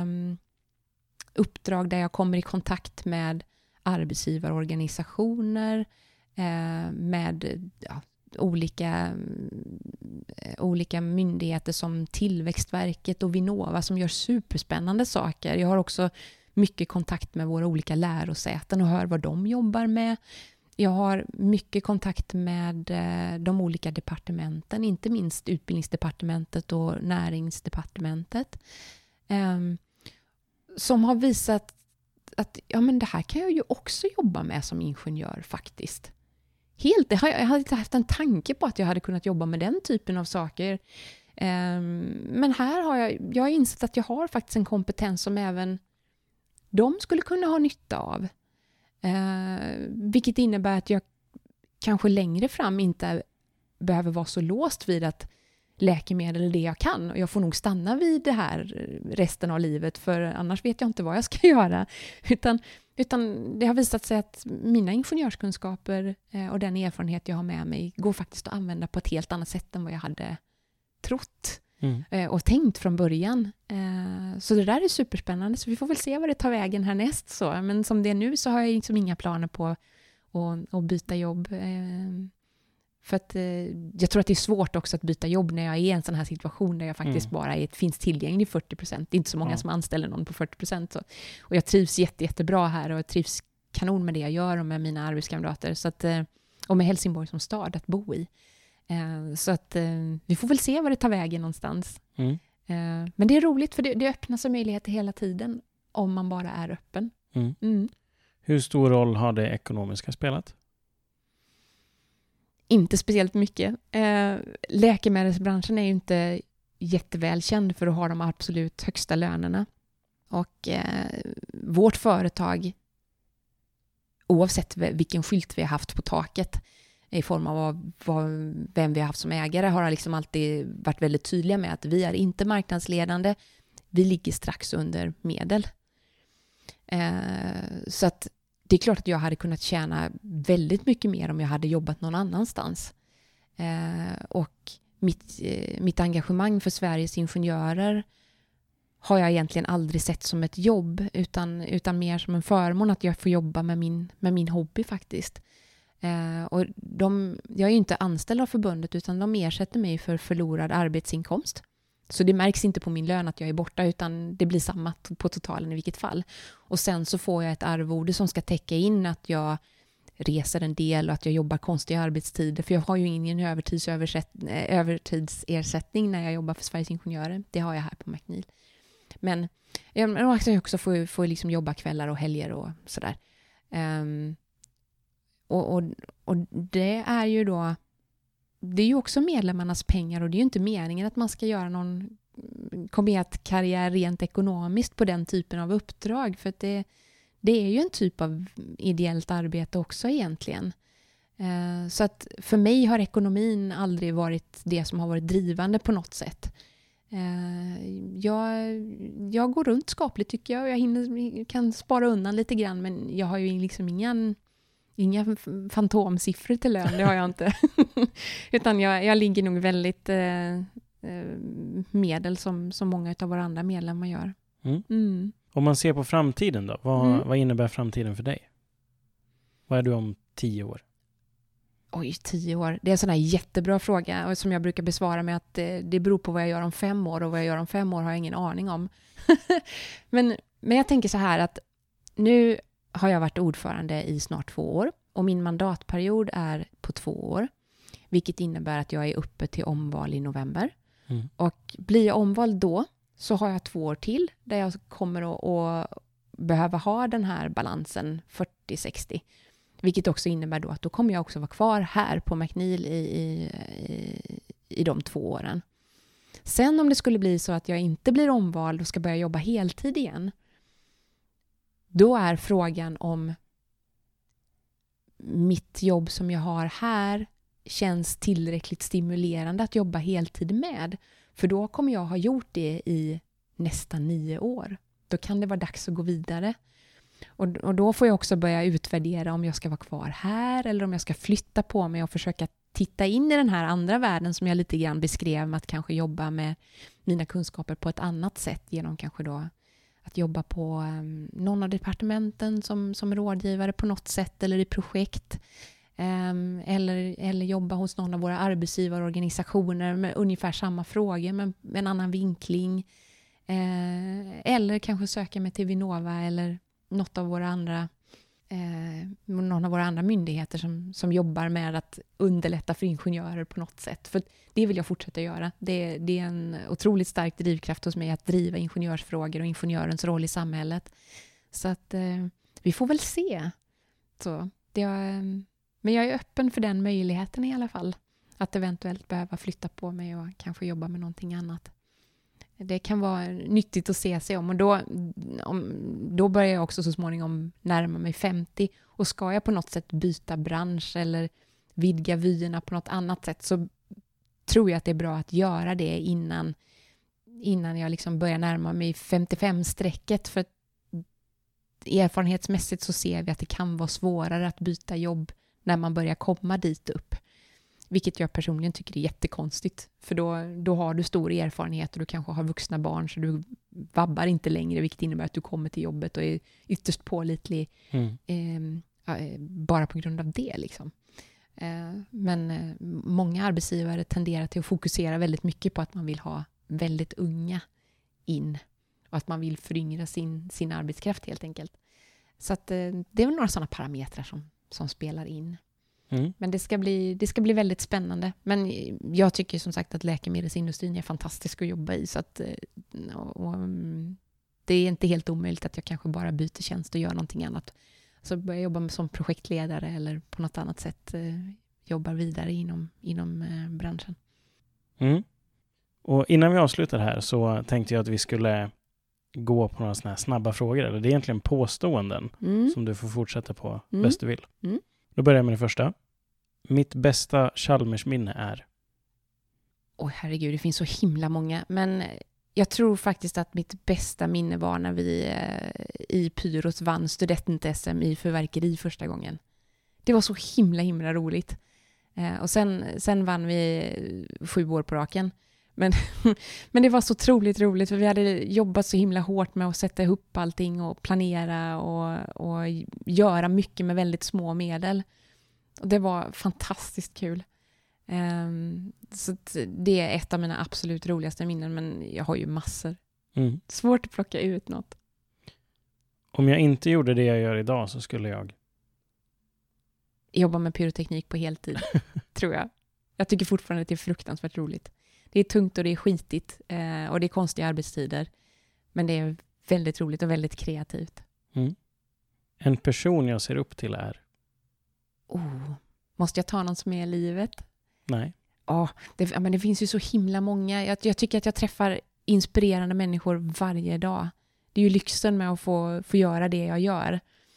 uppdrag där jag kommer i kontakt med arbetsgivarorganisationer, eh, med ja, olika, eh, olika myndigheter som Tillväxtverket och Vinnova som gör superspännande saker. Jag har också mycket kontakt med våra olika lärosäten och hör vad de jobbar med. Jag har mycket kontakt med eh, de olika departementen, inte minst utbildningsdepartementet och näringsdepartementet. Eh, som har visat att ja, men det här kan jag ju också jobba med som ingenjör faktiskt. Helt, jag hade inte haft en tanke på att jag hade kunnat jobba med den typen av saker. Eh, men här har jag, jag har insett att jag har faktiskt en kompetens som även de skulle kunna ha nytta av. Eh, vilket innebär att jag kanske längre fram inte behöver vara så låst vid att läkemedel det jag kan. Och jag får nog stanna vid det här resten av livet, för annars vet jag inte vad jag ska göra. Utan, utan det har visat sig att mina ingenjörskunskaper eh, och den erfarenhet jag har med mig går faktiskt att använda på ett helt annat sätt än vad jag hade trott mm. eh, och tänkt från början. Eh, så det där är superspännande, så vi får väl se vad det tar vägen härnäst. Så. Men som det är nu så har jag liksom inga planer på att, att byta jobb. Eh, För att eh, jag tror att det är svårt också att byta jobb när jag är i en sån här situation där jag faktiskt mm. bara är, finns tillgänglig fyrtio procent. Det är inte så många ja. som anställer någon på fyrtio procent. Så. Och jag trivs jätte, jättebra här och jag trivs kanon med det jag gör och med mina arbetskamrater. Så att, eh, och med Helsingborg som stad att bo i. Eh, så att eh, vi får väl se vad det tar vägen någonstans. Mm. Eh, men det är roligt för det, det öppnar sig möjligheter hela tiden om man bara är öppen. Mm. Mm. Hur stor roll har det ekonomiska spelat? Inte speciellt mycket. Eh, läkemedelsbranschen är ju inte jättevälkänd för att ha de absolut högsta lönerna. Och eh, vårt företag, oavsett vilken skylt vi har haft på taket i form av vad, vad, vem vi har haft som ägare, har liksom alltid varit väldigt tydliga med att vi är inte marknadsledande. Vi ligger strax under medel. Eh, så att det är klart att jag hade kunnat tjäna väldigt mycket mer om jag hade jobbat någon annanstans. Eh, och mitt, eh, mitt engagemang för Sveriges ingenjörer har jag egentligen aldrig sett som ett jobb, utan, utan mer som en förmån att jag får jobba med min, med min hobby faktiskt. Eh, och de, jag är ju inte anställd av förbundet, utan de ersätter mig för förlorad arbetsinkomst. Så det märks inte på min lön att jag är borta, utan det blir samma på totalen i vilket fall. Och sen så får jag ett arvode som ska täcka in att jag reser en del och att jag jobbar konstiga arbetstider. För jag har ju ingen övertidsersättning när jag jobbar för Sveriges ingenjörer. Det har jag här på McNeil. Men jag också får, får liksom jobba kvällar och helger och sådär. Um, och, och, och det är ju då... Det är ju också medlemmarnas pengar och det är ju inte meningen att man ska göra någon kometkarriär rent ekonomiskt på den typen av uppdrag, för att det, det är ju en typ av ideellt arbete också egentligen. Eh, så att för mig har ekonomin aldrig varit det som har varit drivande på något sätt. Eh, jag, jag går runt skapligt tycker jag och jag hinner, kan spara undan lite grann, men jag har ju liksom ingen... Inga fantomsiffror till lön, det har jag inte. Utan jag, jag ligger nog väldigt eh, medel som, som många av våra andra medlemmar gör. Mm. Mm. Om man ser på framtiden då, vad, mm. vad innebär framtiden för dig? Vad är du om tio år? Oj, tio år. Det är en sån här jättebra fråga och som jag brukar besvara med att det, det beror på vad jag gör om fem år och vad jag gör om fem år har jag ingen aning om. men, men jag tänker så här att nu har jag varit ordförande i snart två år och min mandatperiod är på två år, vilket innebär att jag är uppe till omval i november. Mm. Och blir jag omvald då så har jag två år till där jag kommer att, att behöva ha den här balansen fyrtio sextio, vilket också innebär då att då kommer jag också vara kvar här på McNeil i, i, i, i de två åren. Sen om det skulle bli så att jag inte blir omvald och ska börja jobba heltid igen, då är frågan om mitt jobb som jag har här känns tillräckligt stimulerande att jobba heltid med. För då kommer jag ha gjort det i nästan nio år. Då kan det vara dags att gå vidare. Och, och då får jag också börja utvärdera om jag ska vara kvar här eller om jag ska flytta på mig och försöka titta in i den här andra världen som jag lite grann beskrev med att kanske jobba med mina kunskaper på ett annat sätt genom kanske då att jobba på um, någon av departementen som, som rådgivare på något sätt eller i projekt. Um, eller, eller jobba hos någon av våra arbetsgivarorganisationer med ungefär samma frågor men med en annan vinkling. Uh, eller kanske söka mig till Vinnova eller något av våra andra, uh, någon av våra andra myndigheter som, som jobbar med att underlätta för ingenjörer på något sätt. För det vill jag fortsätta göra. Det, det är en otroligt stark drivkraft hos mig att driva ingenjörsfrågor och ingenjörens roll i samhället. Så att uh, vi får väl se. Så det är... Um, Men jag är öppen för den möjligheten i alla fall. Att eventuellt behöva flytta på mig och kanske jobba med någonting annat. Det kan vara nyttigt att se sig om. Och då, om, då börjar jag också så småningom närma mig femtio. Och ska jag på något sätt byta bransch eller vidga vyerna på något annat sätt så tror jag att det är bra att göra det innan, innan jag liksom börjar närma mig femtiofem-strecket. För att erfarenhetsmässigt så ser vi att det kan vara svårare att byta jobb när man börjar komma dit upp. Vilket jag personligen tycker är jättekonstigt. För då, då har du stor erfarenhet och du kanske har vuxna barn så du vabbar inte längre, vilket innebär att du kommer till jobbet och är ytterst pålitlig mm. eh, bara på grund av det. Liksom. Eh, men eh, många arbetsgivare tenderar till att fokusera väldigt mycket på att man vill ha väldigt unga in och att man vill föryngra sin, sin arbetskraft helt enkelt. Så att, eh, det är väl några sådana parametrar som, som spelar in. Mm. Men det ska, bli, det ska bli väldigt spännande. Men jag tycker som sagt att läkemedelsindustrin är fantastisk att jobba i. Så att, och, och, det är inte helt omöjligt att jag kanske bara byter tjänst och gör någonting annat. Så börjar jag jobba som projektledare eller på något annat sätt eh, jobbar vidare inom, inom eh, branschen. Mm. Och innan vi avslutar här så tänkte jag att vi skulle gå på några såna här snabba frågor. Eller det är egentligen påståenden mm. som du får fortsätta på mm. bäst du vill. Mm. Då börjar jag med det första. Mitt bästa Chalmers-minne är? Åh herregud, det finns så himla många. Men jag tror faktiskt att mitt bästa minne var när vi eh, i Pyros vann student-S M i förverkeri första gången. Det var så himla himla roligt. Eh, och sen, sen vann vi sju år på raken. Men, men det var så otroligt roligt för vi hade jobbat så himla hårt med att sätta ihop allting och planera och, och göra mycket med väldigt små medel. Och det var fantastiskt kul. Um, så det är ett av mina absolut roligaste minnen, men jag har ju massor. Mm. Svårt att plocka ut något. Om jag inte gjorde det jag gör idag så skulle jag jobba med pyroteknik på heltid, tror jag. Jag tycker fortfarande att det är fruktansvärt roligt. Det är tungt och det är skitigt eh, och det är konstiga arbetstider. Men det är väldigt roligt och väldigt kreativt. Mm. En person jag ser upp till är? Oh, måste jag ta någon som är i livet? Nej. Ja, det, men det finns ju så himla många. Jag, jag tycker att jag träffar inspirerande människor varje dag. Det är ju lyxen med att få, få göra det jag gör.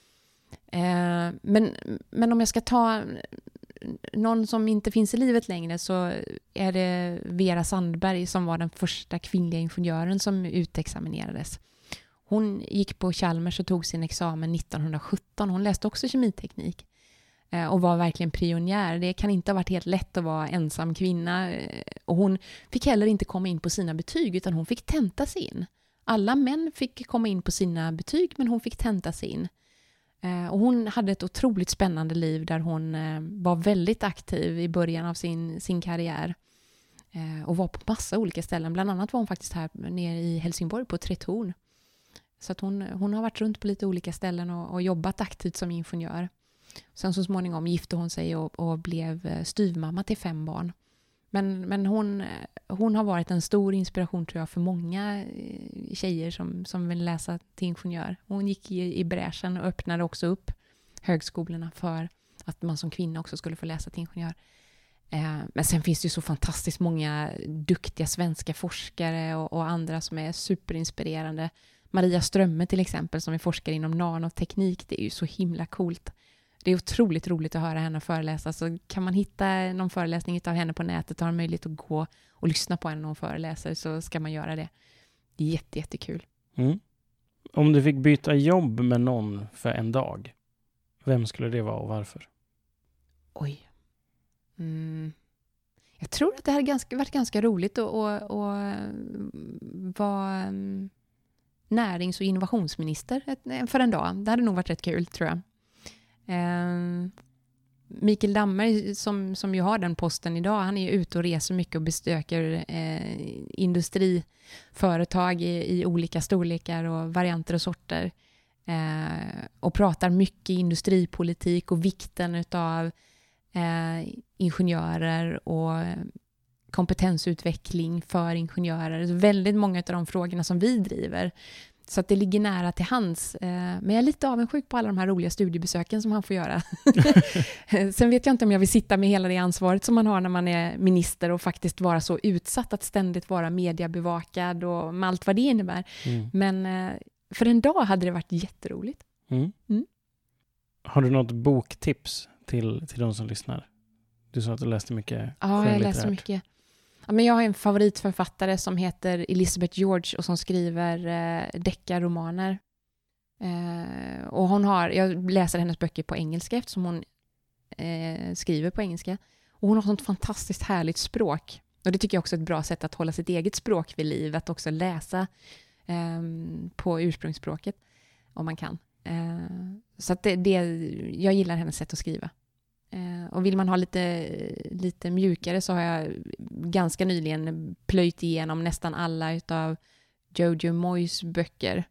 Eh, men, men om jag ska ta någon som inte finns i livet längre så är det Vera Sandberg som var den första kvinnliga ingenjören som utexaminerades. Hon gick på Chalmers och tog sin examen nittonhundrasjutton. Hon läste också kemiteknik och var verkligen pionjär. Det kan inte ha varit helt lätt att vara ensam kvinna. Och hon fick heller inte komma in på sina betyg utan hon fick tenta sig in. Alla män fick komma in på sina betyg men hon fick tenta sig in. Och hon hade ett otroligt spännande liv där hon var väldigt aktiv i början av sin, sin karriär. Och var på massa olika ställen. Bland annat var hon faktiskt här nere i Helsingborg på Tretorn. Så att hon, hon har varit runt på lite olika ställen och, och jobbat aktivt som ingenjör. Sen så småningom gifte hon sig och, och blev styvmamma till fem barn. Men, men hon, hon har varit en stor inspiration tror jag för många tjejer som, som vill läsa till ingenjör. Hon gick i, i bräschen och öppnade också upp högskolorna för att man som kvinna också skulle få läsa till ingenjör. Eh, men sen finns det ju så fantastiskt många duktiga svenska forskare och, och andra som är superinspirerande. Maria Strömme till exempel som är forskare inom nanoteknik. Det är ju så himla coolt. Det är otroligt roligt att höra henne föreläsa. Så kan man hitta någon föreläsning av henne på nätet och har möjlighet att gå och lyssna på henne när hon föreläser så ska man göra det. Det är jätte, jättekul. Mm. Om du fick byta jobb med någon för en dag, vem skulle det vara och varför? Oj. Mm. Jag tror att det hade ganska, varit ganska roligt att, att, att vara närings- och innovationsminister för en dag. Det hade nog varit rätt kul tror jag. Eh, Mikael Damberg som, som ju har den posten idag, han är ju ute och reser mycket och besöker eh, industriföretag i, i olika storlekar och varianter och sorter eh, och pratar mycket industripolitik och vikten utav eh, ingenjörer och kompetensutveckling för ingenjörer. Så väldigt många av de frågorna som vi driver. Så att det ligger nära till hands. Men jag är lite avundsjuk på alla de här roliga studiebesöken som han får göra. Sen vet jag inte om jag vill sitta med hela det ansvaret som man har när man är minister och faktiskt vara så utsatt att ständigt vara mediebevakad och med allt vad det innebär. Mm. Men för en dag hade det varit jätteroligt. Mm. Mm. Har du något boktips till, till de som lyssnar? Du sa att du läste mycket. Ja, jag läste mycket. Ja, men jag har en favoritförfattare som heter Elizabeth George och som skriver eh, deckarromaner. Eh, och hon har, jag läser hennes böcker på engelska eftersom hon eh, skriver på engelska. Och hon har sånt fantastiskt härligt språk. Och det tycker jag också är ett bra sätt att hålla sitt eget språk vid liv. Att också läsa eh, på ursprungsspråket om man kan. Eh, så att det, det, jag gillar hennes sätt att skriva. Eh, och vill man ha lite, lite mjukare så har jag ganska nyligen plöjt igenom nästan alla utav Jojo Moyes böcker.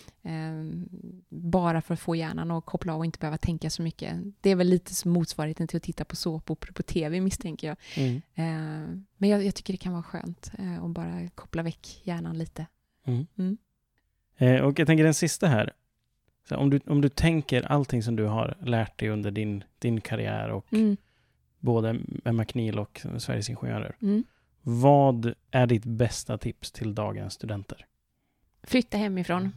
Eh, bara för att få hjärnan att koppla av och inte behöva tänka så mycket. Det är väl lite som motsvarigheten till att titta på såpoperor på tv, misstänker jag. Mm. Eh, men jag, jag tycker det kan vara skönt eh, att bara koppla väck hjärnan lite. Mm. Mm. Eh, och jag tänker den sista här. Så om, du, om du tänker allting som du har lärt dig under din, din karriär och mm. både Emma Knihl och Sveriges Ingenjörer. Mm. Vad är ditt bästa tips till dagens studenter? Flytta hemifrån.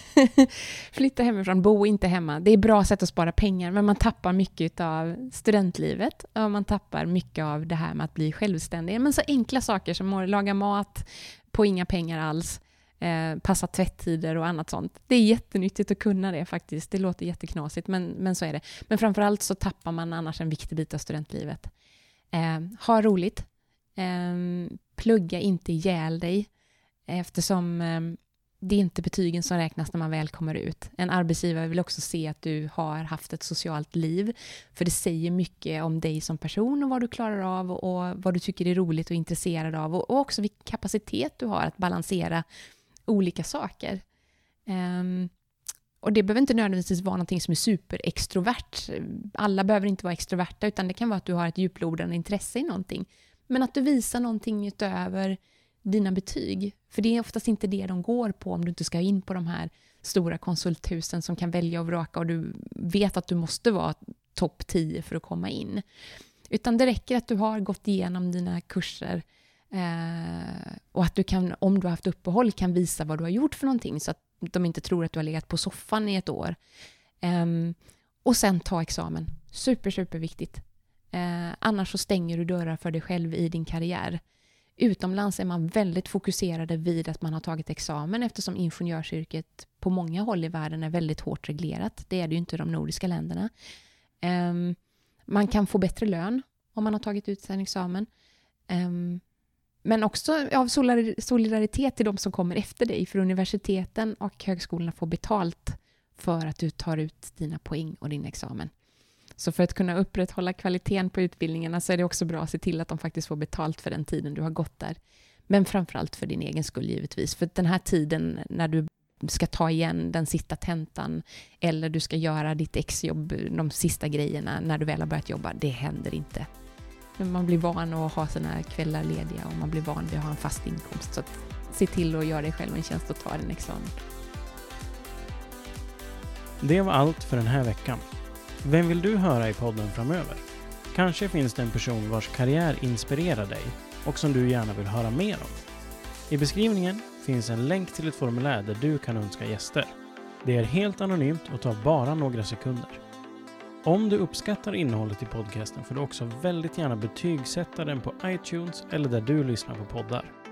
Flytta hemifrån, bo inte hemma. Det är ett bra sätt att spara pengar, men man tappar mycket av studentlivet och man tappar mycket av det här med att bli självständig. Men så enkla saker som att laga mat på inga pengar alls, eh, passa tvätttider och annat sånt. Det är jättenyttigt att kunna det faktiskt. Det låter jätteknasigt, men, men så är det. Men framförallt så tappar man annars en viktig bit av studentlivet. Eh, ha roligt. Eh, plugga inte ihjäl dig, eftersom eh, det är inte betygen som räknas när man väl kommer ut. En arbetsgivare vill också se att du har haft ett socialt liv. För det säger mycket om dig som person och vad du klarar av och vad du tycker är roligt och intresserad av. Och också vilken kapacitet du har att balansera olika saker. Um, och det behöver inte nödvändigtvis vara någonting som är superextrovert. Alla behöver inte vara extroverta, utan det kan vara att du har ett djuplodande intresse i någonting. Men att du visar någonting utöver dina betyg. För det är oftast inte det de går på om du inte ska in på de här stora konsulthusen som kan välja och vraka och du vet att du måste vara topp tio för att komma in. Utan det räcker att du har gått igenom dina kurser eh, och att du kan, om du har haft uppehåll, kan visa vad du har gjort för någonting så att de inte tror att du har legat på soffan i ett år. Eh, och sen ta examen. Super, super viktigt. Eh, annars så stänger du dörrar för dig själv i din karriär. Utomlands är man väldigt fokuserade vid att man har tagit examen eftersom ingenjörsyrket på många håll i världen är väldigt hårt reglerat. Det är det ju inte i de nordiska länderna. Um, man kan få bättre lön om man har tagit ut sin examen. Um, men också av solidaritet till de som kommer efter dig. För universiteten och högskolorna får betalt för att du tar ut dina poäng och din examen. Så för att kunna upprätthålla kvaliteten på utbildningarna så är det också bra att se till att de faktiskt får betalt för den tiden du har gått där. Men framförallt för din egen skull givetvis. För den här tiden när du ska ta igen den sista tentan eller du ska göra ditt exjobb, de sista grejerna när du väl har börjat jobba, det händer inte. Man blir van att ha sina kvällar lediga och man blir van vid att ha en fast inkomst. Så att se till att göra dig själv en tjänst och ta din examen. Det var allt för den här veckan. Vem vill du höra i podden framöver? Kanske finns det en person vars karriär inspirerar dig och som du gärna vill höra mer om. I beskrivningen finns en länk till ett formulär där du kan önska gäster. Det är helt anonymt och tar bara några sekunder. Om du uppskattar innehållet i podcasten får du också väldigt gärna betygsätta den på iTunes eller där du lyssnar på poddar.